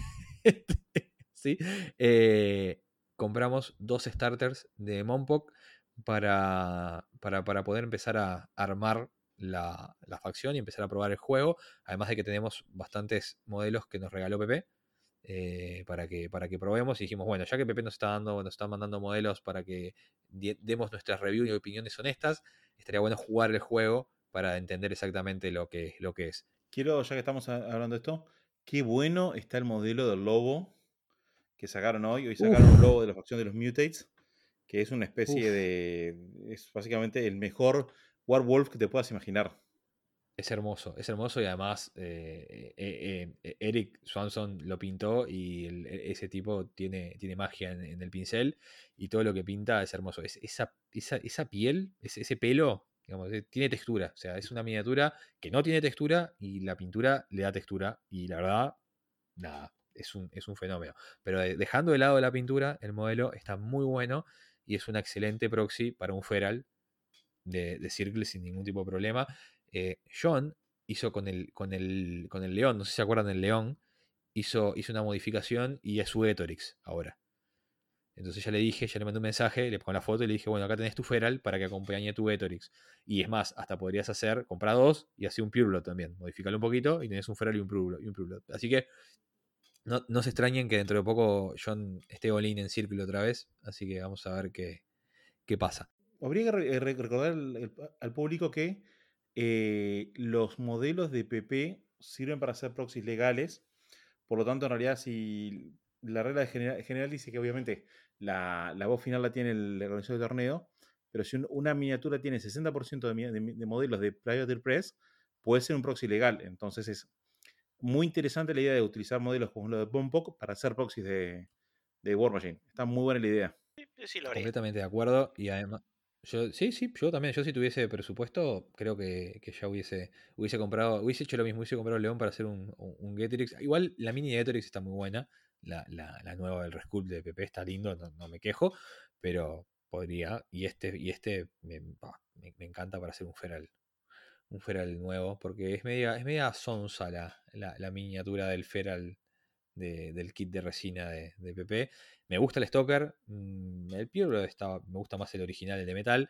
¿sí? Eh, compramos dos starters de Monpok para, para, para poder empezar a armar la, la facción y empezar a probar el juego, además de que tenemos bastantes modelos que nos regaló Pepe. Eh, para, que, para que probemos, y dijimos, bueno, ya que Pepe nos está dando, nos está mandando modelos para que di- demos nuestras reviews y opiniones honestas, estaría bueno jugar el juego para entender exactamente lo que, lo que es. Quiero, ya que estamos a- hablando de esto, qué bueno está el modelo del lobo que sacaron hoy. Hoy sacaron un Uf, lobo de la facción de los Mutates, que es una especie uf, de... Es básicamente el mejor Werewolf que te puedas imaginar. es hermoso, es hermoso, y además eh, eh, eh, Eric Swanson lo pintó, y el- e- ese tipo tiene, tiene magia en, en el pincel, y todo lo que pinta es hermoso. Es, esa, esa, esa piel, ese, ese pelo, digamos, eh, tiene textura. O sea, es una miniatura que no tiene textura, y la pintura le da textura, y la verdad, nada, es un, es un fenómeno. Pero de- dejando de lado la pintura, el modelo está muy bueno, y es una excelente proxy para un Feral de, de Circle sin ningún tipo de problema. Eh, John hizo con el, con, el, con el león, no sé si se acuerdan del león, hizo, hizo una modificación y es su Etorix ahora. Entonces ya le dije, ya le mandé un mensaje, le con la foto y le dije, bueno, acá tenés tu Feral para que acompañe tu Etorix. Y es más, hasta podrías hacer, comprar dos y así un Pureblood también. Modificarlo un poquito y tenés un Feral y un Pureblood. Y un Pureblood. Así que no, no se extrañen que dentro de poco John esté all-in en Círculo otra vez. Así que vamos a ver qué, qué pasa. Habría que re- re- recordar al, el- al público que eh, los modelos de P P sirven para hacer proxies legales. Por lo tanto, en realidad, si la regla general, general dice que obviamente la, la voz final la tiene el organizador del torneo, pero si un- una miniatura tiene sesenta por ciento de, mi- de mi- de modelos de Private Press, puede ser un proxy legal. Entonces es muy interesante la idea de utilizar modelos como los de Bompok para hacer proxies de, de War Machine. Está muy buena la idea. Sí, yo sí lo haría. Completamente de acuerdo, y además, yo, sí, sí, yo también, yo si tuviese presupuesto, creo que, que ya hubiese, hubiese comprado, hubiese hecho lo mismo, hubiese comprado el León para hacer un, un, un Getrix. Igual la mini de Getrix está muy buena, la, la, la nueva del Resculpt de P P está lindo, no, no me quejo, pero podría, y este, y este me, bah, me, me encanta para hacer un Feral, un Feral nuevo, porque es media, es media sonsa la, la, la miniatura del Feral de, del kit de resina de, de P P. Me gusta el Stalker, mmm, el Pureblood está, me gusta más el original, el de metal,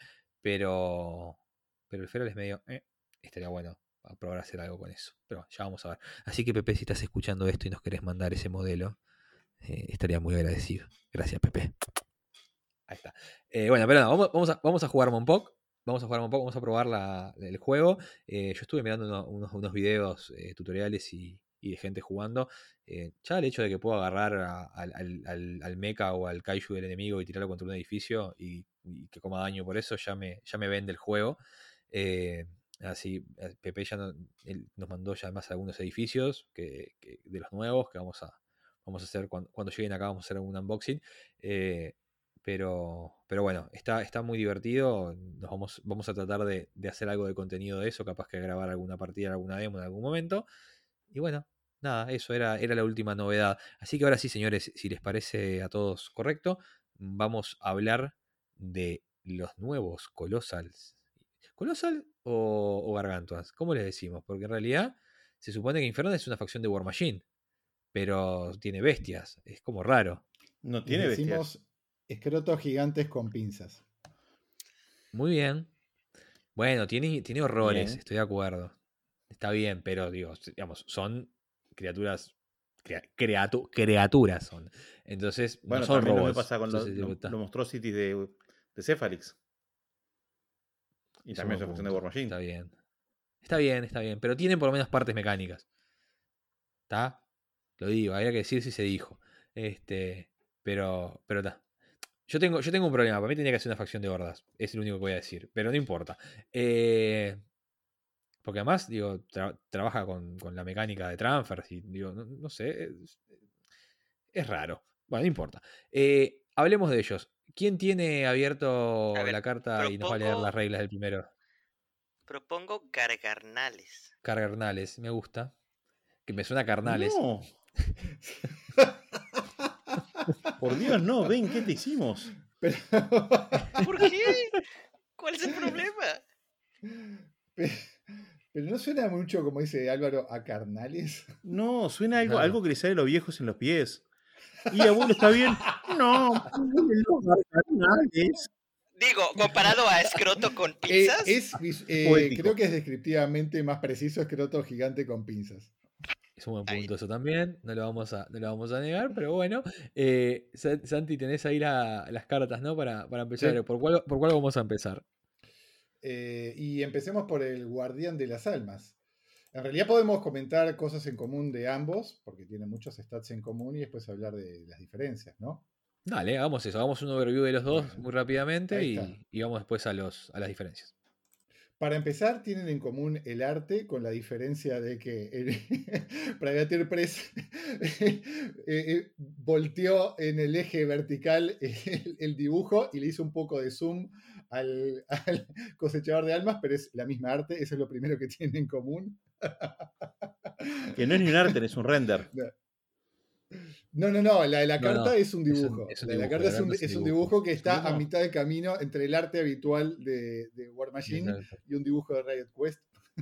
pero, pero el Feral es medio, eh, estaría bueno a probar a hacer algo con eso. Pero ya vamos a ver. Así que Pepe, si estás escuchando esto y nos querés mandar ese modelo, eh, estaría muy agradecido. Gracias, Pepe. Ahí está. Eh, bueno, pero no, vamos, vamos, a, vamos a jugar Monpok. Vamos a jugar Monpok, vamos a probar la, el juego. Eh, yo estuve mirando uno, unos, unos videos eh, tutoriales y, y de gente jugando. Eh, ya el hecho de que puedo agarrar a, al, al, al mecha o al kaiju del enemigo y tirarlo contra un edificio y, y que coma daño por eso, ya me, ya me vende el juego. Eh, así, Pepe ya no, él nos mandó ya además algunos edificios que, que de los nuevos que vamos a, vamos a hacer cuando, cuando lleguen acá, vamos a hacer un unboxing. Eh, pero, pero bueno, está, está muy divertido. Nos vamos, vamos a tratar de, de hacer algo de contenido de eso, capaz que grabar alguna partida, alguna demo en algún momento. Y bueno, nada, eso era, era la última novedad. Así que ahora sí, señores, si les parece a todos correcto, vamos a hablar de los nuevos Colossals. ¿Colossal o, o Gargantuas? ¿Cómo les decimos? Porque en realidad se supone que Inferno es una facción de War Machine, pero tiene bestias. Es como raro. No Les tiene bestias. decimos escrotos gigantes con pinzas. Muy bien. Bueno, tiene, tiene horrores, Bien. estoy de acuerdo. Está bien, pero digo, digamos, son criaturas. crea- creatu- criaturas son. Entonces, no Bueno, son también lo me robots. pasa con los Entonces, digo, está- lo, monstruosities de, de Cephalix. Y es un también es buen una facción de War punto. Machine. Está bien. Está bien, está bien. Pero tienen por lo menos partes mecánicas. ¿Está? Lo digo, había que decir si se dijo. Este. Pero. Pero está. Yo tengo, yo tengo un problema. Para mí tenía que ser una facción de hordas. Es lo único que voy a decir. Pero no importa. Eh. Porque además, digo, tra- trabaja con, con la mecánica de transfers y digo, no, no sé, es, es raro. Bueno, no importa. Eh, hablemos de ellos. ¿Quién tiene A abierto ver, la carta y nos va a leer las propongo, reglas del primero? propongo Gargarnales. Carnales, me gusta. Que me suena a carnales. No, por Dios, no, ven, ¿qué te hicimos? Pero, ¿Por qué? ¿Cuál es el problema? pero, pero no suena mucho, como dice Álvaro, a carnales. No, suena algo, No. algo que le sale a los viejos en los pies. Y abuelo, ¿está bien? No, los garganales. Digo, comparado a escroto con Eh, pinzas. es, vis- eh, Poético. creo que es descriptivamente más preciso escroto gigante con pinzas. Es un buen Está bien. punto eso también, no lo vamos a, no lo vamos a negar, pero bueno. Eh, Sa- Santi, tenés ahí la- las cartas, ¿no? Para, para empezar. Sí. ¿Por cuál, ¿Por cuál vamos a empezar? Eh, y empecemos por el guardián de las almas. En realidad podemos comentar cosas en común de ambos, porque tienen muchos stats en común, y después hablar de las diferencias, ¿no? Dale, hagamos eso, hagamos un overview de los dos Bueno, muy rápidamente ahí está. y, y vamos después a, los, a las diferencias. Para empezar, tienen en común el arte, con la diferencia de que el Privateer Press eh, eh, volteó en el eje vertical el, el dibujo y le hizo un poco de zoom al, al cosechador de almas, pero es la misma arte, eso es lo primero que tienen en común. Que no es ni un arte, es un render. No, no, no, la de la No, carta no, es un es un- dibujo. es un la de la dibujo, carta la es un, carta es un dibujo que ¿Es un está a dibujo? mitad de camino entre el arte habitual de, de War Machine Exacto. y un dibujo de Riot Quest.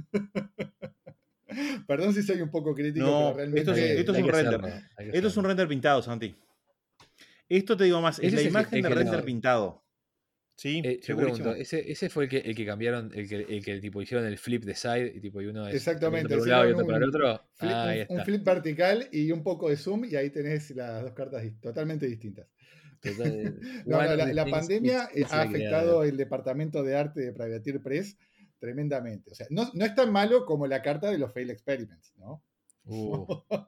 Perdón si soy un poco crítico, No, pero esto es- realmente. esto es Hay un que render. hacerlo, hay que Esto es un hacerlo. render pintado, Santi. Esto te digo más, es Ese la es el que- imagen el de que render no- pintado. Sí, Eh, yo segurísimo. pregunto, ¿ese, ese fue el que, el que cambiaron, el que, el que tipo hicieron el flip de side y tipo y uno es Exactamente, apunta para un lado y hicieron otro para el un otro? flip, Ah, ahí un- un está. flip vertical y un poco de zoom, y ahí tenés las dos cartas dis- totalmente distintas. Total, No, one no, of la, the la things pandemia it's- it's ha like afectado that. el departamento de arte de Privateer Press tremendamente. O sea, no, no es tan malo como la carta de los fail experiments, ¿no? Uh,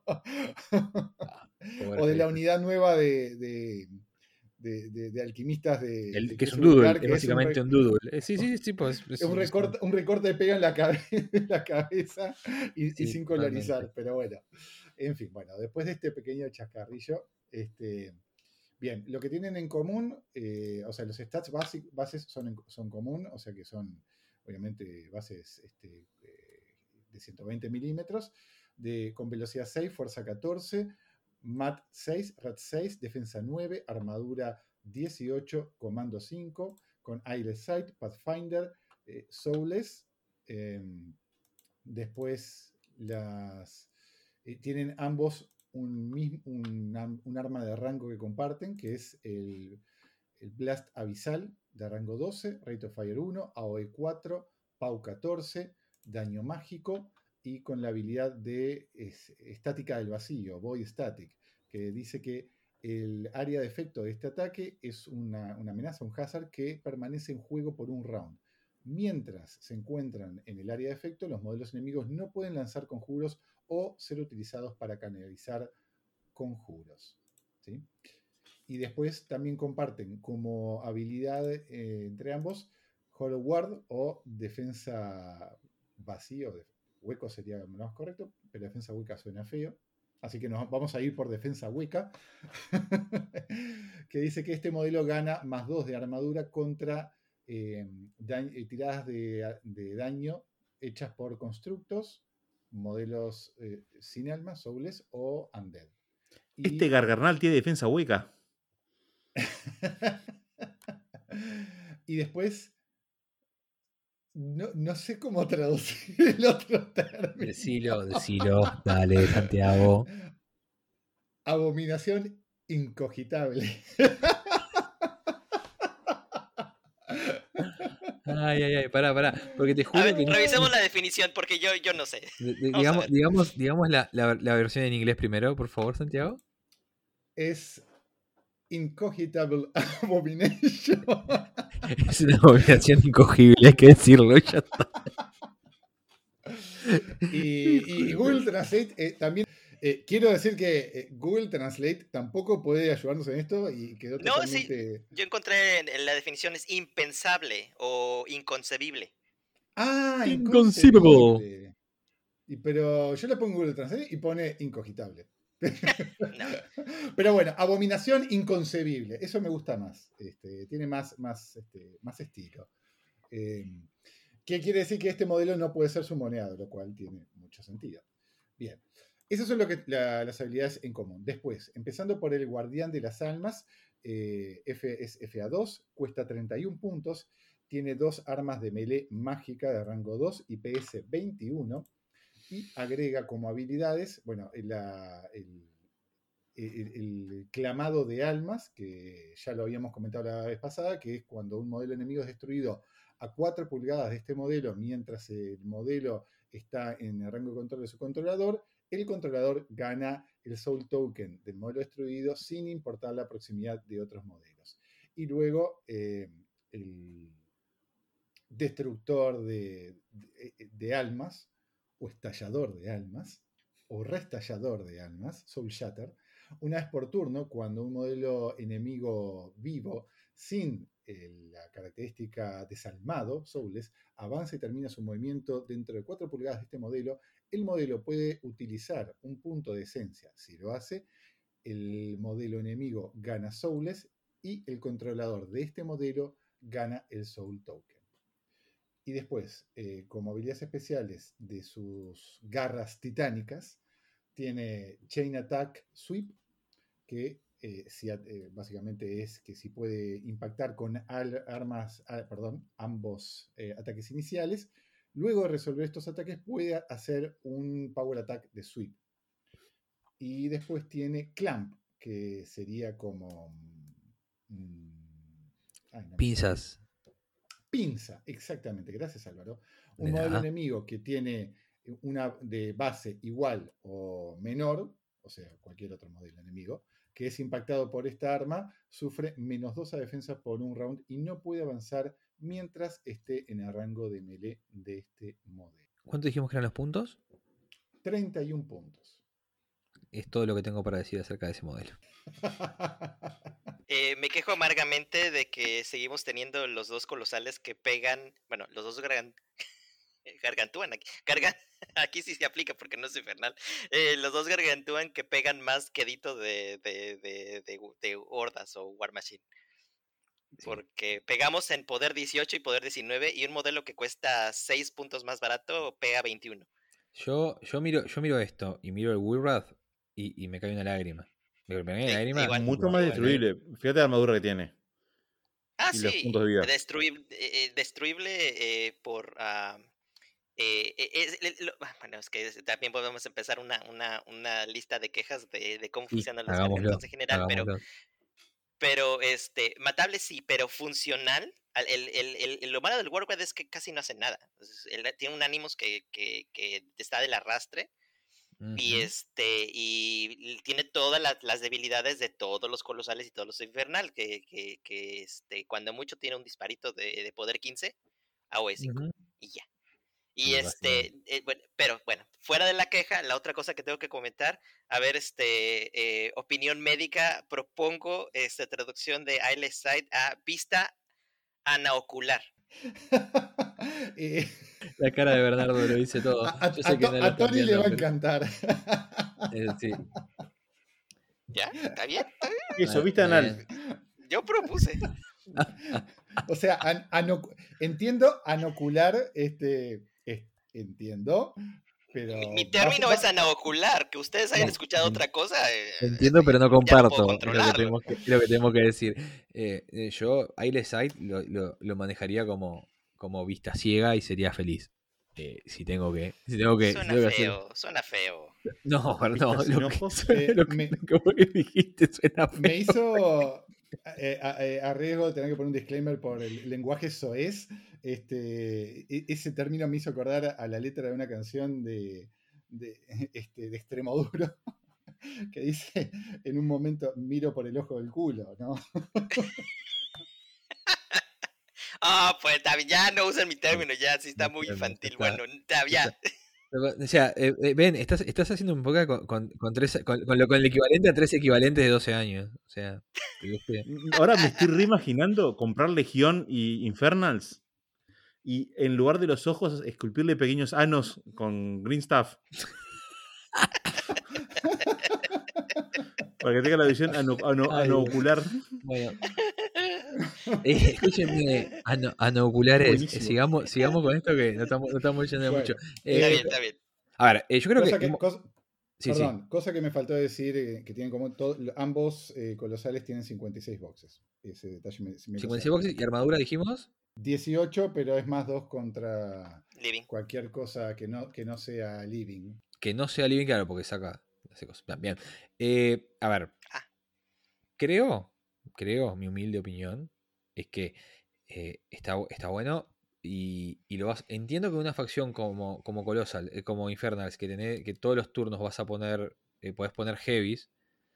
ah, pobre O de la Felipe. unidad nueva de, de, de- de- de alquimistas de, El- de que es un Queso doodle, Vulgar, es que es un, básicamente re- un doodle. Eh, sí, sí, sí, pues. Es, es un, es- recorte, un recorte de pega en la, cabe- en la cabeza y, y sí, sin totalmente. colorizar, pero bueno. En fin, bueno, después de este pequeño chascarrillo, este, bien, lo que tienen en común, eh, o sea, los stats basic, bases son, en- son común, o sea que son obviamente bases este, eh, de ciento veinte milímetros, de, con velocidad seis, fuerza catorce, mat seis, rat seis, defensa nueve, armadura dieciocho, comando cinco, con Eyeless Sight, Pathfinder, eh, Soulless. eh, después las eh, tienen ambos un, mis- un, am- un arma de rango que comparten, que es el, el Blast Abisal de rango doce, Rate of Fire uno, A O E cuatro, Pau catorce, daño mágico y con la habilidad de es- estática del vacío, Void Static, que dice que el área de efecto de este ataque es una, una amenaza, un hazard que permanece en juego por un round. Mientras se encuentran en el área de efecto, los modelos enemigos no pueden lanzar conjuros o ser utilizados para canalizar conjuros. ¿Sí? Y después también comparten como habilidad eh, entre ambos Hollow Ward o defensa vacío, de, hueco sería más correcto, pero defensa hueca suena feo. Así que nos vamos a ir por defensa hueca, que dice que este modelo gana más dos de armadura contra eh, da- eh, tiradas de, de daño hechas por constructos, modelos eh, sin alma, soulless o undead. Y, Este gargarnal tiene defensa hueca. y después, no, no sé cómo traducir el otro término. Decilo, decilo. Dale, Santiago. Abominación incogitable. Ay, ay, ay, pará, pará. Porque te A juro ver, que no. revisemos la definición porque yo, yo no sé. de- de- Vamos a digamos ver. digamos, digamos la, la, la versión en inglés primero, por favor, Santiago. Es Incogitable Abomination. Es una abominación incogible, hay que decirlo. Ya está. Y, y Google Translate eh, también. Eh, quiero decir que eh, Google Translate tampoco puede ayudarnos en esto y quedó No, sí. totalmente. Yo encontré en- en la definición es impensable o inconcebible. Ah, Inconceivable. inconcebible. Y, pero yo le pongo Google Translate y pone incogitable. No. Pero bueno, abominación inconcebible. Eso me gusta más. Este, tiene más, más, este, más estilo. Eh, ¿Qué quiere decir? Que este modelo no puede ser sumoneado, lo cual tiene mucho sentido. Bien. Esas son lo que, la, las habilidades en común. Después, empezando por el Guardián de las Almas, eh, F, es F A dos, cuesta treinta y un puntos, tiene dos armas de melee mágica de rango dos y P S veintiuno, y agrega como habilidades, bueno, la, el, el, el clamado de almas, que ya lo habíamos comentado la vez pasada, que es cuando un modelo enemigo es destruido a cuatro pulgadas de este modelo, mientras el modelo está en el rango de control de su controlador, el controlador gana el Soul Token del modelo destruido sin importar la proximidad de otros modelos. Y luego eh, el destructor de, de, de almas, o estallador de almas, o restallador de almas, Soul Shatter, una vez por turno, cuando un modelo enemigo vivo sin eh, la característica desalmado, Soulless, avanza y termina su movimiento dentro de cuatro pulgadas de este modelo, el modelo puede utilizar un punto de esencia. Si lo hace, el modelo enemigo gana Soulless y el controlador de este modelo gana el Soul Token. Y después, eh, como habilidades especiales de sus garras titánicas, tiene Chain Attack Sweep, que eh, si, eh, básicamente es que si puede impactar con al, armas, ah, perdón, ambos eh, ataques iniciales, luego de resolver estos ataques puede hacer un Power Attack de Sweep. Y después tiene Clamp, que sería como... Mmm, ay, no Pinzas. Pinza, exactamente, gracias Álvaro. Un modelo enemigo que tiene una de base igual o menor, o sea, cualquier otro modelo enemigo, que es impactado por esta arma, sufre menos dos a defensa por un round y no puede avanzar mientras esté en el rango de melee de este modelo. ¿Cuánto dijimos que eran los puntos? treinta y un puntos. Es todo lo que tengo para decir acerca de ese modelo. Eh, me quejo amargamente de que seguimos teniendo los dos colosales que pegan, bueno, los dos gargan, gargantúan aquí, gargan, aquí sí se aplica porque no es infernal, eh, los dos gargantúan que pegan más quedito de, de, de, de, de hordas o War Machine. Sí. Porque pegamos en poder dieciocho y poder diecinueve y un modelo que cuesta seis puntos más barato pega veintiuno. Yo, yo, miro, yo miro esto y miro el Wirrath y, y me cae una lágrima. Me cae una sí, lágrima. Igual, mucho más destruible. Fíjate la armadura que tiene. Ah, y sí. Los puntos de vida. Destruible, eh, destruible eh, por... Uh, eh, eh, eh, lo, bueno, es que también podemos empezar una, una, una lista de quejas de, de cómo funcionan los gargantuans en general, pero... Pero, este, matable sí, pero funcional. El, el, el, el, lo malo del Warcraft es que casi no hace nada. Entonces, él tiene un Animus que, que, que está del arrastre. Uh-huh. Y este, y tiene todas las, las debilidades de todos los colosales y todos los infernal. Que, que, que este, cuando mucho tiene un disparito de, de poder quince a O E cinco. Uh-huh. Y ya. Y este, eh, bueno, pero bueno, fuera de la queja, la otra cosa que tengo que comentar, a ver, este, eh, opinión médica, propongo esta traducción de eyesight a vista anaocular. eh, la cara de Bernardo lo dice todo. A, Yo sé a, que no a Tony le va a encantar. Eh, sí. ¿Ya? ¿Está bien? ¿Está bien? Eso, vista anal. Yo propuse. O sea, an, anoc entiendo anocular, este, es, entiendo, pero... Mi, mi término va, es anaocular, que ustedes hayan no, escuchado otra cosa. Eh, entiendo, pero no comparto. No es, lo que tenemos que, es lo que tenemos que decir. Eh, eh, yo, eyesight lo, lo, lo manejaría como, como vista ciega y sería feliz. Eh, si tengo que... Si tengo que suena si tengo que feo, hacer... suena feo. No, no, lo que, eh, lo que, me, lo que dijiste suena feo. Me hizo... Eh, a, a riesgo de tener que poner un disclaimer por el lenguaje soez, este, ese término me hizo acordar a la letra de una canción de, de, este, de Extremoduro que dice, en un momento miro por el ojo del culo, ¿no? Ah, oh, pues ya no usan mi término, ya sí está muy infantil, está, bueno, está, ya. O sea, eh, eh, ven, estás, estás haciendo un poco con, con, con, tres, con, con, lo, con el equivalente a tres equivalentes de doce años. O sea, ahora me estoy reimaginando comprar Legión y Infernals y en lugar de los ojos esculpirle pequeños anos con green stuff. Para que tenga la visión ano, ano, Ay, anocular. Bueno, eh, escúchenme, ano- anoculares, eh, Buenísimo. sigamos, sigamos con esto que no estamos, no estamos yendo de Bueno, mucho. Está Eh, bien, está bien. a ver, eh, yo creo cosa que... que- hemos- cosa- sí, sí. perdón, cosa que me faltó decir, eh, que tienen como todo- ambos eh, colosales tienen cincuenta y seis boxes. Ese detalle me, me lo cincuenta y seis salté. boxes y armadura dijimos. dieciocho, pero es más dos contra Living. cualquier cosa que no, que no sea living. Que no sea living, claro, porque saca hace cosas. Bien, bien. Eh, a ver, Ah. creo, creo, mi humilde opinión, es que eh, está, está bueno y, y lo vas. Entiendo que una facción como, como Colossal, eh, como Infernals, que, tenés, que todos los turnos vas a poner, eh, podés poner heavies.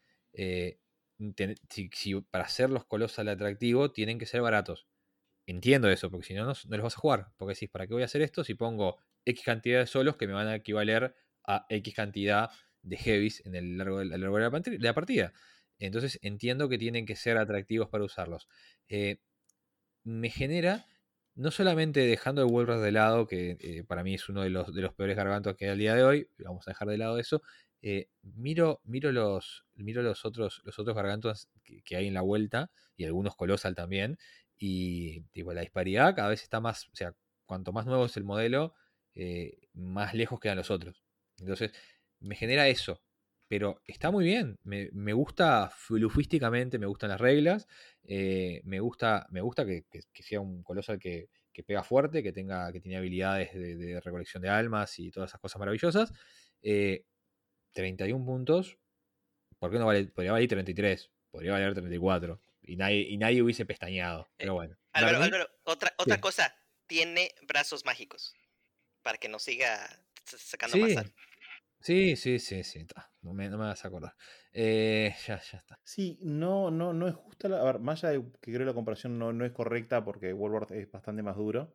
Eh, ten- si, si para hacerlos Colossal atractivo, tienen que ser baratos. Entiendo eso, porque si no, no, no los vas a jugar. Porque decís, ¿para qué voy a hacer esto si pongo X cantidad de solos que me van a equivaler a X cantidad de heavies en el largo de, a lo largo de la, pantri- de la partida? Entonces entiendo que tienen que ser atractivos para usarlos. Eh, me genera, no solamente dejando el Walrus de lado, que eh, para mí es uno de los, de los peores gargantos que hay al día de hoy, vamos a dejar de lado eso. eh, miro miro los miro los otros los otros gargantos que, que hay en la vuelta y algunos Colossal también, y tipo, la disparidad cada vez está más, o sea, cuanto más nuevo es el modelo, eh, más lejos quedan los otros. Entonces me genera eso, pero está muy bien, me, me gusta flufísticamente, me gustan las reglas, eh, me gusta, me gusta que, que- que sea un Colossal que, que pega fuerte, que tenga, que tiene habilidades de, de recolección de almas y todas esas cosas maravillosas. Eh, treinta y uno puntos, ¿por qué no vale? Podría valer treinta y tres, podría valer treinta y cuatro, y nadie, y nadie hubiese pestañeado, pero bueno. Para Álvaro, mí, Álvaro, otra, otra sí. cosa. Tiene brazos mágicos. Para que no siga s- sacando Sí, más sal. sí, sí, sí, sí, ta, no me, no me vas a acordar. Eh, ya, ya está. Sí, no, no, no es justa la. A ver, más allá de que creo que la comparación no, no es correcta porque World es bastante más duro.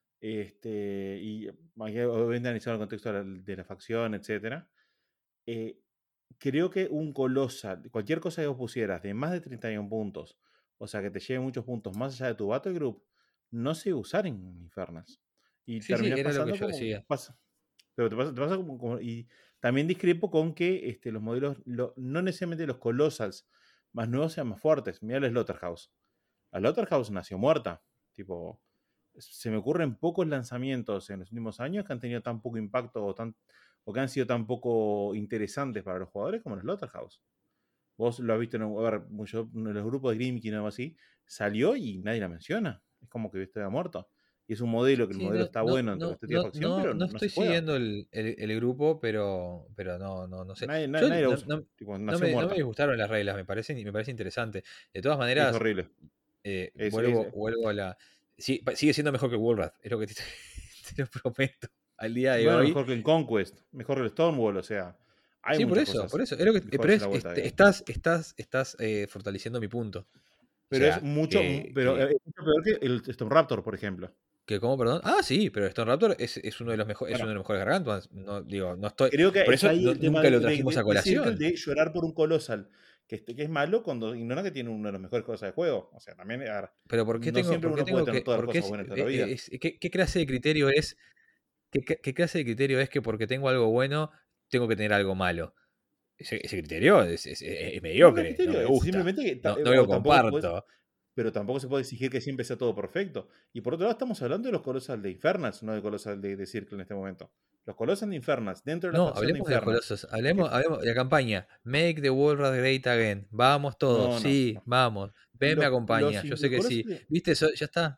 Este, y hay que obviamente analizar el contexto de la, de la facción, etcétera. Eh, creo que un Colossal, cualquier cosa que vos pusieras de más de treinta y uno puntos, o sea que te lleve muchos puntos más allá de tu Battle Group, no se usar en Infernals. Y Sí, sí, terminás era lo que pasando yo como decía. pasa. Pero te pasa, te pasa como, como- Y también discrepo con que este, los modelos, lo- no necesariamente los Colossals más nuevos sean más fuertes. Mira la Slaughterhouse. La Slaughterhouse nació muerta. Tipo, se me ocurren pocos lanzamientos en los últimos años que han tenido tan poco impacto o, tan, o que han sido tan poco interesantes para los jugadores como los Slaughterhouse. Vos lo has visto en, a ver, mucho- en los grupos de Grimkin o algo así, salió y nadie la menciona. Es como que estuviera muerto. Y es un modelo, que el Sí, modelo no, está no, bueno entre no, perspectiva de no, facción, no, pero no no estoy se juega. siguiendo el, el- el grupo, pero, pero no, no, no sé. Nadie, nadie, Yo nadie la no, usa. no- Tipo, no nació me, no me muerta. disgustaron las reglas, me parece, me parece interesante. De todas Es maneras, horrible. eh, Es, vuelvo, es- vuelvo a la. Sí, pa- sigue siendo mejor que Woolrat, es lo que te, te lo prometo. Al día de bueno, hoy. mejor que el Conquest, mejor que el Stonewall, o sea, hay Sí, por muchas eso, cosas por eso. Es lo que, eh, pero mejores en es, la vuelta este, de. estás, estás, estás eh, fortaleciendo mi punto. O Pero es sea, mucho, que, pero que, es mucho peor que el Stone Raptor, por ejemplo. que ¿cómo, perdón? Ah, sí, pero Stone Raptor es, es uno de los mejores, es Bueno, uno de los mejores gargantuas. No, digo, no estoy. creo que Por está eso ahí no- el tema nunca de, lo de, trajimos de, a de Circle colación. de llorar por un Colossal que, este- que es malo cuando ignora que tiene una de las mejores cosas de juego. O sea, también a ver, Pero ¿por qué no tengo, siempre por qué uno puede tengo tener que, todas las por qué cosas es- buenas toda la eh, vida. es- qué, qué clase de criterio es, qué, qué- qué clase de criterio es que porque tengo algo bueno tengo que tener algo malo? Ese, ese criterio es, es- es- es No, no es mediocre, no criterio, me es gusta, simplemente que ta- no, eh, no lo o tampoco puedes, comparto. pero tampoco se puede exigir que siempre sea todo perfecto. Y por otro lado, estamos hablando de los Colossal de Infernals, no de Colossal de, de Circle en este momento. Los Colossal de Infernals, dentro de la No, facción de hablemos de los Infernals. colosos, ¿Qué? hablemos, hablemos de la campaña. Make the World Great Again. Vamos todos, No, no, sí, no. vamos. Ben me Los, acompaña, los, yo in- sé los que Colossal sí. de- ¿Viste? Eso, ya está.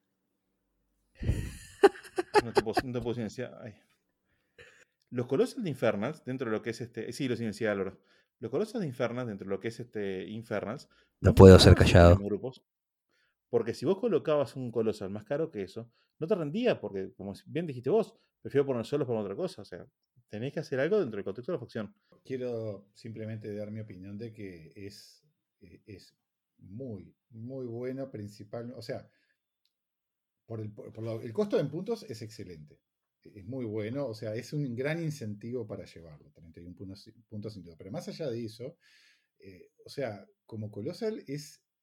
No te puedo, no te puedo silenciar. Ay. Los Colossal de Infernals, dentro de lo que es este. Sí, lo silencié, Álvaro. Los Colossal de Infernals, dentro de lo que es este Infernals, No no puedo ser funcionaban súper callado. bien en grupos. Porque si vos colocabas un Colossal más caro que eso, no te rendía, porque, como bien dijiste vos, prefiero poner solos por otra cosa. O sea, tenés que hacer algo dentro del contexto de la facción. Quiero simplemente dar mi opinión de que es, eh, es muy, muy bueno principal. O sea, por el, por lo- el costo en puntos es excelente. Es muy bueno, o sea, es un gran incentivo para llevarlo, treinta y uno puntos, puntos sin duda. Pero más allá de eso, eh, o sea, como Colossal es,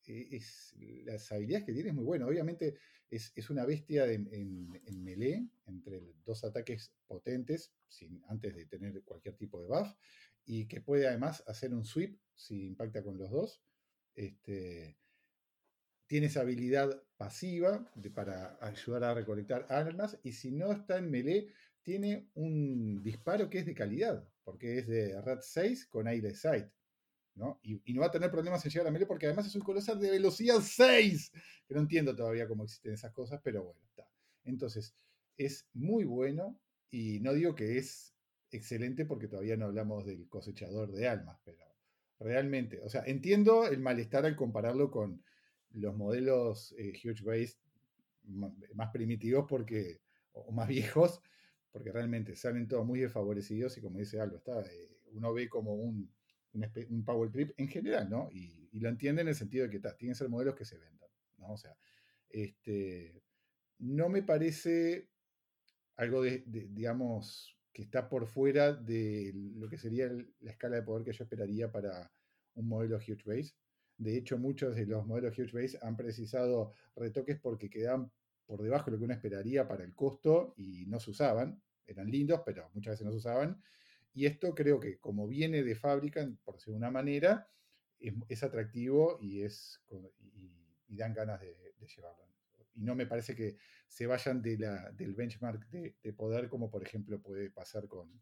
es, las habilidades que tiene es muy bueno. Obviamente es, es una bestia de, en, en melee, entre dos ataques potentes, sin, antes de tener cualquier tipo de buff, y que puede además hacer un sweep si impacta con los dos. Este, tiene esa habilidad pasiva de, para ayudar a recolectar armas, y si no está en melee, tiene un disparo que es de calidad, porque es de R A T seis con aire sight, ¿no? Y, y no va a tener problemas en llegar a melee, porque además es un colosal de velocidad seis, que no entiendo todavía cómo existen esas cosas, pero bueno, está. Entonces, es muy bueno, y no digo que es excelente porque todavía no hablamos del cosechador de almas, pero realmente, o sea, entiendo el malestar al compararlo con los modelos eh, Huge Base más primitivos porque, o más viejos, porque realmente salen todos muy desfavorecidos y como dice Aldo, está, eh, uno ve como un, un, un power trip en general, ¿no? Y, y lo entiende en el sentido de que está, tienen que ser modelos que se vendan, ¿no? O sea, este, no me parece algo de, de, digamos, que está por fuera de lo que sería el, la escala de poder que yo esperaría para un modelo Huge Base. De hecho, muchos de los modelos Huge Base han precisado retoques porque quedaban por debajo de lo que uno esperaría para el costo y no se usaban. Eran lindos, pero muchas veces no se usaban. Y esto creo que, como viene de fábrica, por decirlo de una manera, es, es atractivo y, es, y, y dan ganas de, de llevarlo. Y no me parece que se vayan de la, del benchmark de, de poder, como por ejemplo puede pasar con,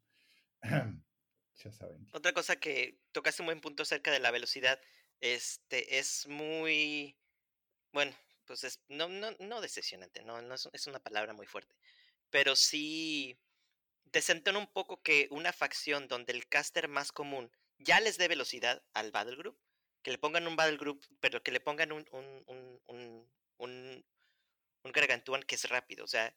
ya saben. Otra cosa que tocaste un buen punto acerca de la velocidad, este, es muy, bueno, pues es, no, no, no decepcionante, no, no es, es una palabra muy fuerte, pero sí desentona un poco que una facción donde el caster más común ya les dé velocidad al Battle Group, que le pongan un Battle Group, pero que le pongan un, un, un, un, un, un Gargantuan que es rápido, o sea,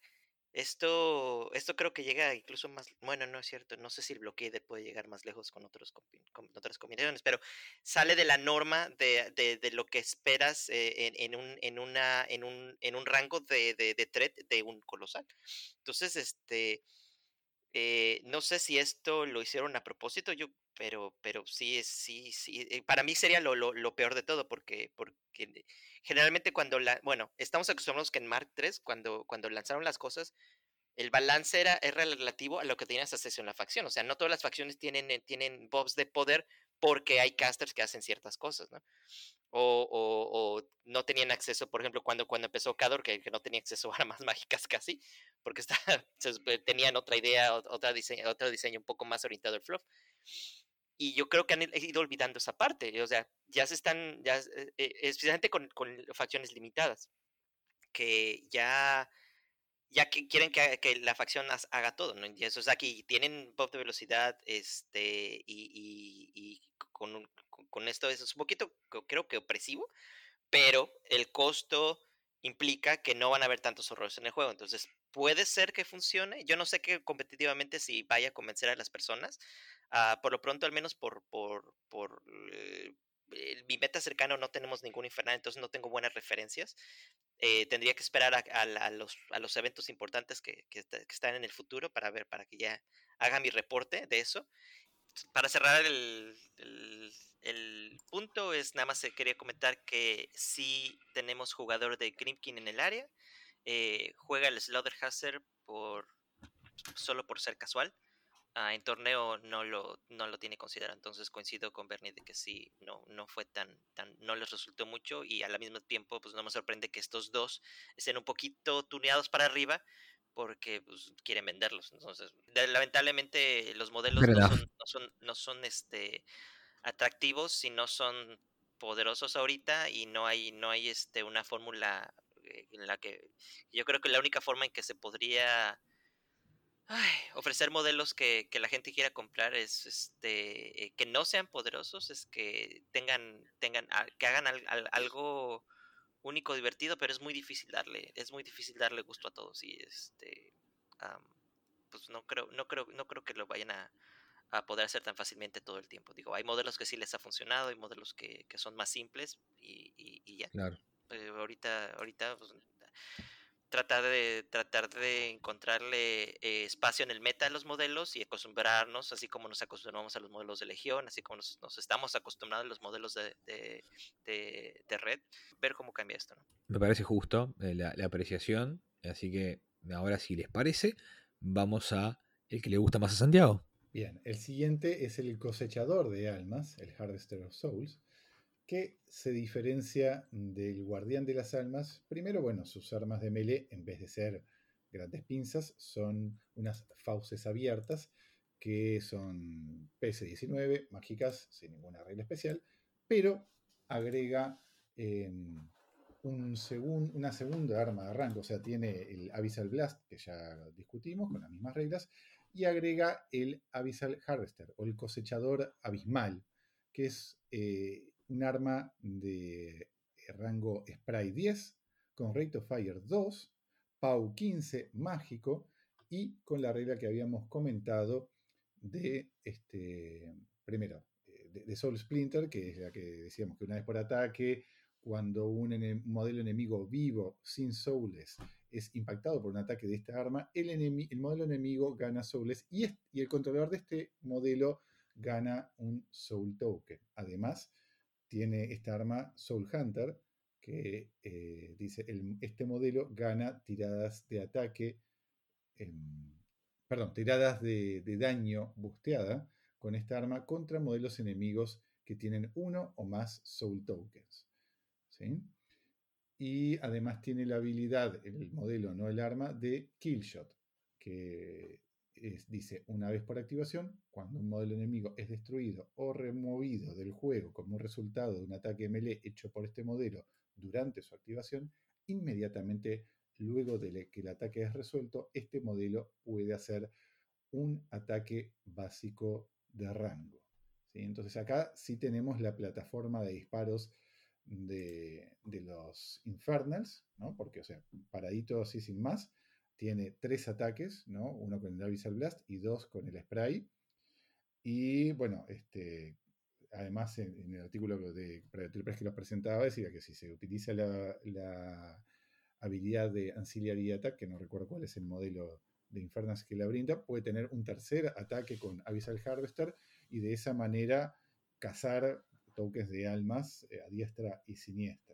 esto, esto creo que llega incluso más, bueno, no es cierto, no sé si el Blockade puede llegar más lejos con, otros, con otras combinaciones, pero sale de la norma de, de, de lo que esperas eh, en, en, un, en, una, en, un, en un rango de, de, de threat de un colosal. Entonces, este, eh, no sé si esto lo hicieron a propósito, yo, pero, pero sí, sí, sí, eh, para mí sería lo, lo, lo peor de todo, porque, porque generalmente cuando la, bueno, estamos acostumbrados que en Mark tres, cuando, cuando lanzaron las cosas, el balance era, es relativo a lo que tenías acceso en la facción. O sea, no todas las facciones tienen, eh, tienen buffs de poder porque hay casters que hacen ciertas cosas, ¿no? O, o, o no tenían acceso, por ejemplo, cuando, cuando empezó Khador, que, que no tenía acceso a armas mágicas casi, porque está, se, tenían otra idea, otra diseño, otro diseño un poco más orientado al fluff. Y yo creo que han ido olvidando esa parte. O sea, ya se están, ya, eh, especialmente con, con facciones limitadas, que ya ya que quieren que, que la facción haga todo, ¿no? Y eso es aquí, tienen buff de velocidad, este, y, y, y con, un, con esto es un poquito, creo que opresivo, pero el costo implica que no van a haber tantos horrores en el juego, entonces puede ser que funcione, yo no sé que competitivamente si vaya a convencer a las personas, uh, por lo pronto al menos por, por, por eh, mi meta cercano no tenemos ningún infernal, entonces no tengo buenas referencias. Eh, tendría que esperar a, a, a, los, a los eventos importantes que, que, que, están en el futuro para ver, para que ya haga mi reporte de eso. Para cerrar el, el, el punto, es nada más quería comentar que sí tenemos jugador de Grimkin en el área. Eh, juega el Slaughterhauser por, solo por ser casual. Uh, en torneo no lo, no lo tiene considerado, entonces coincido con Bernie de que sí, no, no fue tan, tan, no les resultó mucho, y al mismo tiempo pues no me sorprende que estos dos estén un poquito tuneados para arriba porque pues quieren venderlos. Entonces, de, lamentablemente los modelos no son, no son, no son este atractivos si no son poderosos ahorita, y no hay, no hay este una fórmula en la que yo creo que la única forma en que se podría Ay, ofrecer modelos que, que la gente quiera comprar es este eh, que no sean poderosos, es que tengan tengan que hagan al, al, algo único, divertido, pero es muy difícil darle es muy difícil darle gusto a todos, y este um, pues no creo no creo no creo que lo vayan a, a poder hacer tan fácilmente todo el tiempo. Digo, hay modelos que sí les ha funcionado, hay modelos que, que son más simples y, y, y ya. Claro. Pero ahorita ahorita pues, tratar de tratar de encontrarle eh, espacio en el meta a los modelos y acostumbrarnos, así como nos acostumbramos a los modelos de Legión, así como nos, nos estamos acostumbrados a los modelos de, de, de, de red, ver cómo cambia esto, ¿no? Me parece justo eh, la, la apreciación, así que ahora si les parece, vamos a el que le gusta más a Santiago. Bien, el siguiente es el cosechador de almas, el Harvester of Souls, que se diferencia del guardián de las almas. Primero, bueno, sus armas de melee, en vez de ser grandes pinzas, son unas fauces abiertas, que son P S diecinueve, mágicas, sin ninguna regla especial, pero agrega eh, un segun, una segunda arma de rango, o sea, tiene el Abyssal Blast, que ya discutimos, con las mismas reglas, y agrega el Abyssal Harvester, o el cosechador abismal, que es eh, un arma de rango Spray diez, con Rate of Fire dos, P A U quince, mágico, y con la regla que habíamos comentado de, este, primero, de, de Soul Splinter, que es la que decíamos que una vez por ataque, cuando un enem modelo enemigo vivo sin souls es impactado por un ataque de esta arma, el, el modelo enemigo gana souls y, y el controlador de este modelo gana un soul token. Además, tiene esta arma Soul Hunter, que eh, dice, el, este modelo gana tiradas de ataque, eh, perdón, tiradas de, de daño busteada con esta arma contra modelos enemigos que tienen uno o más Soul Tokens. ¿Sí? Y además tiene la habilidad, el modelo, no el arma, de Killshot, que es, dice, una vez por activación, cuando un modelo enemigo es destruido o removido del juego como resultado de un ataque melee hecho por este modelo durante su activación, inmediatamente luego de que el ataque es resuelto, este modelo puede hacer un ataque básico de rango. ¿Sí? Entonces acá sí tenemos la plataforma de disparos de, de los Infernals, ¿no? Porque, o sea, paradito así sin más, tiene tres ataques, ¿no? Uno con el Abyssal Blast y dos con el Spray. Y bueno, este, además en, en el artículo de Predator Press que los presentaba decía que si se utiliza la, la habilidad de Ancillary Attack, que no recuerdo cuál es el modelo de Infernals que la brinda, puede tener un tercer ataque con Abyssal Harvester y de esa manera cazar tokens de almas eh, a diestra y siniestra.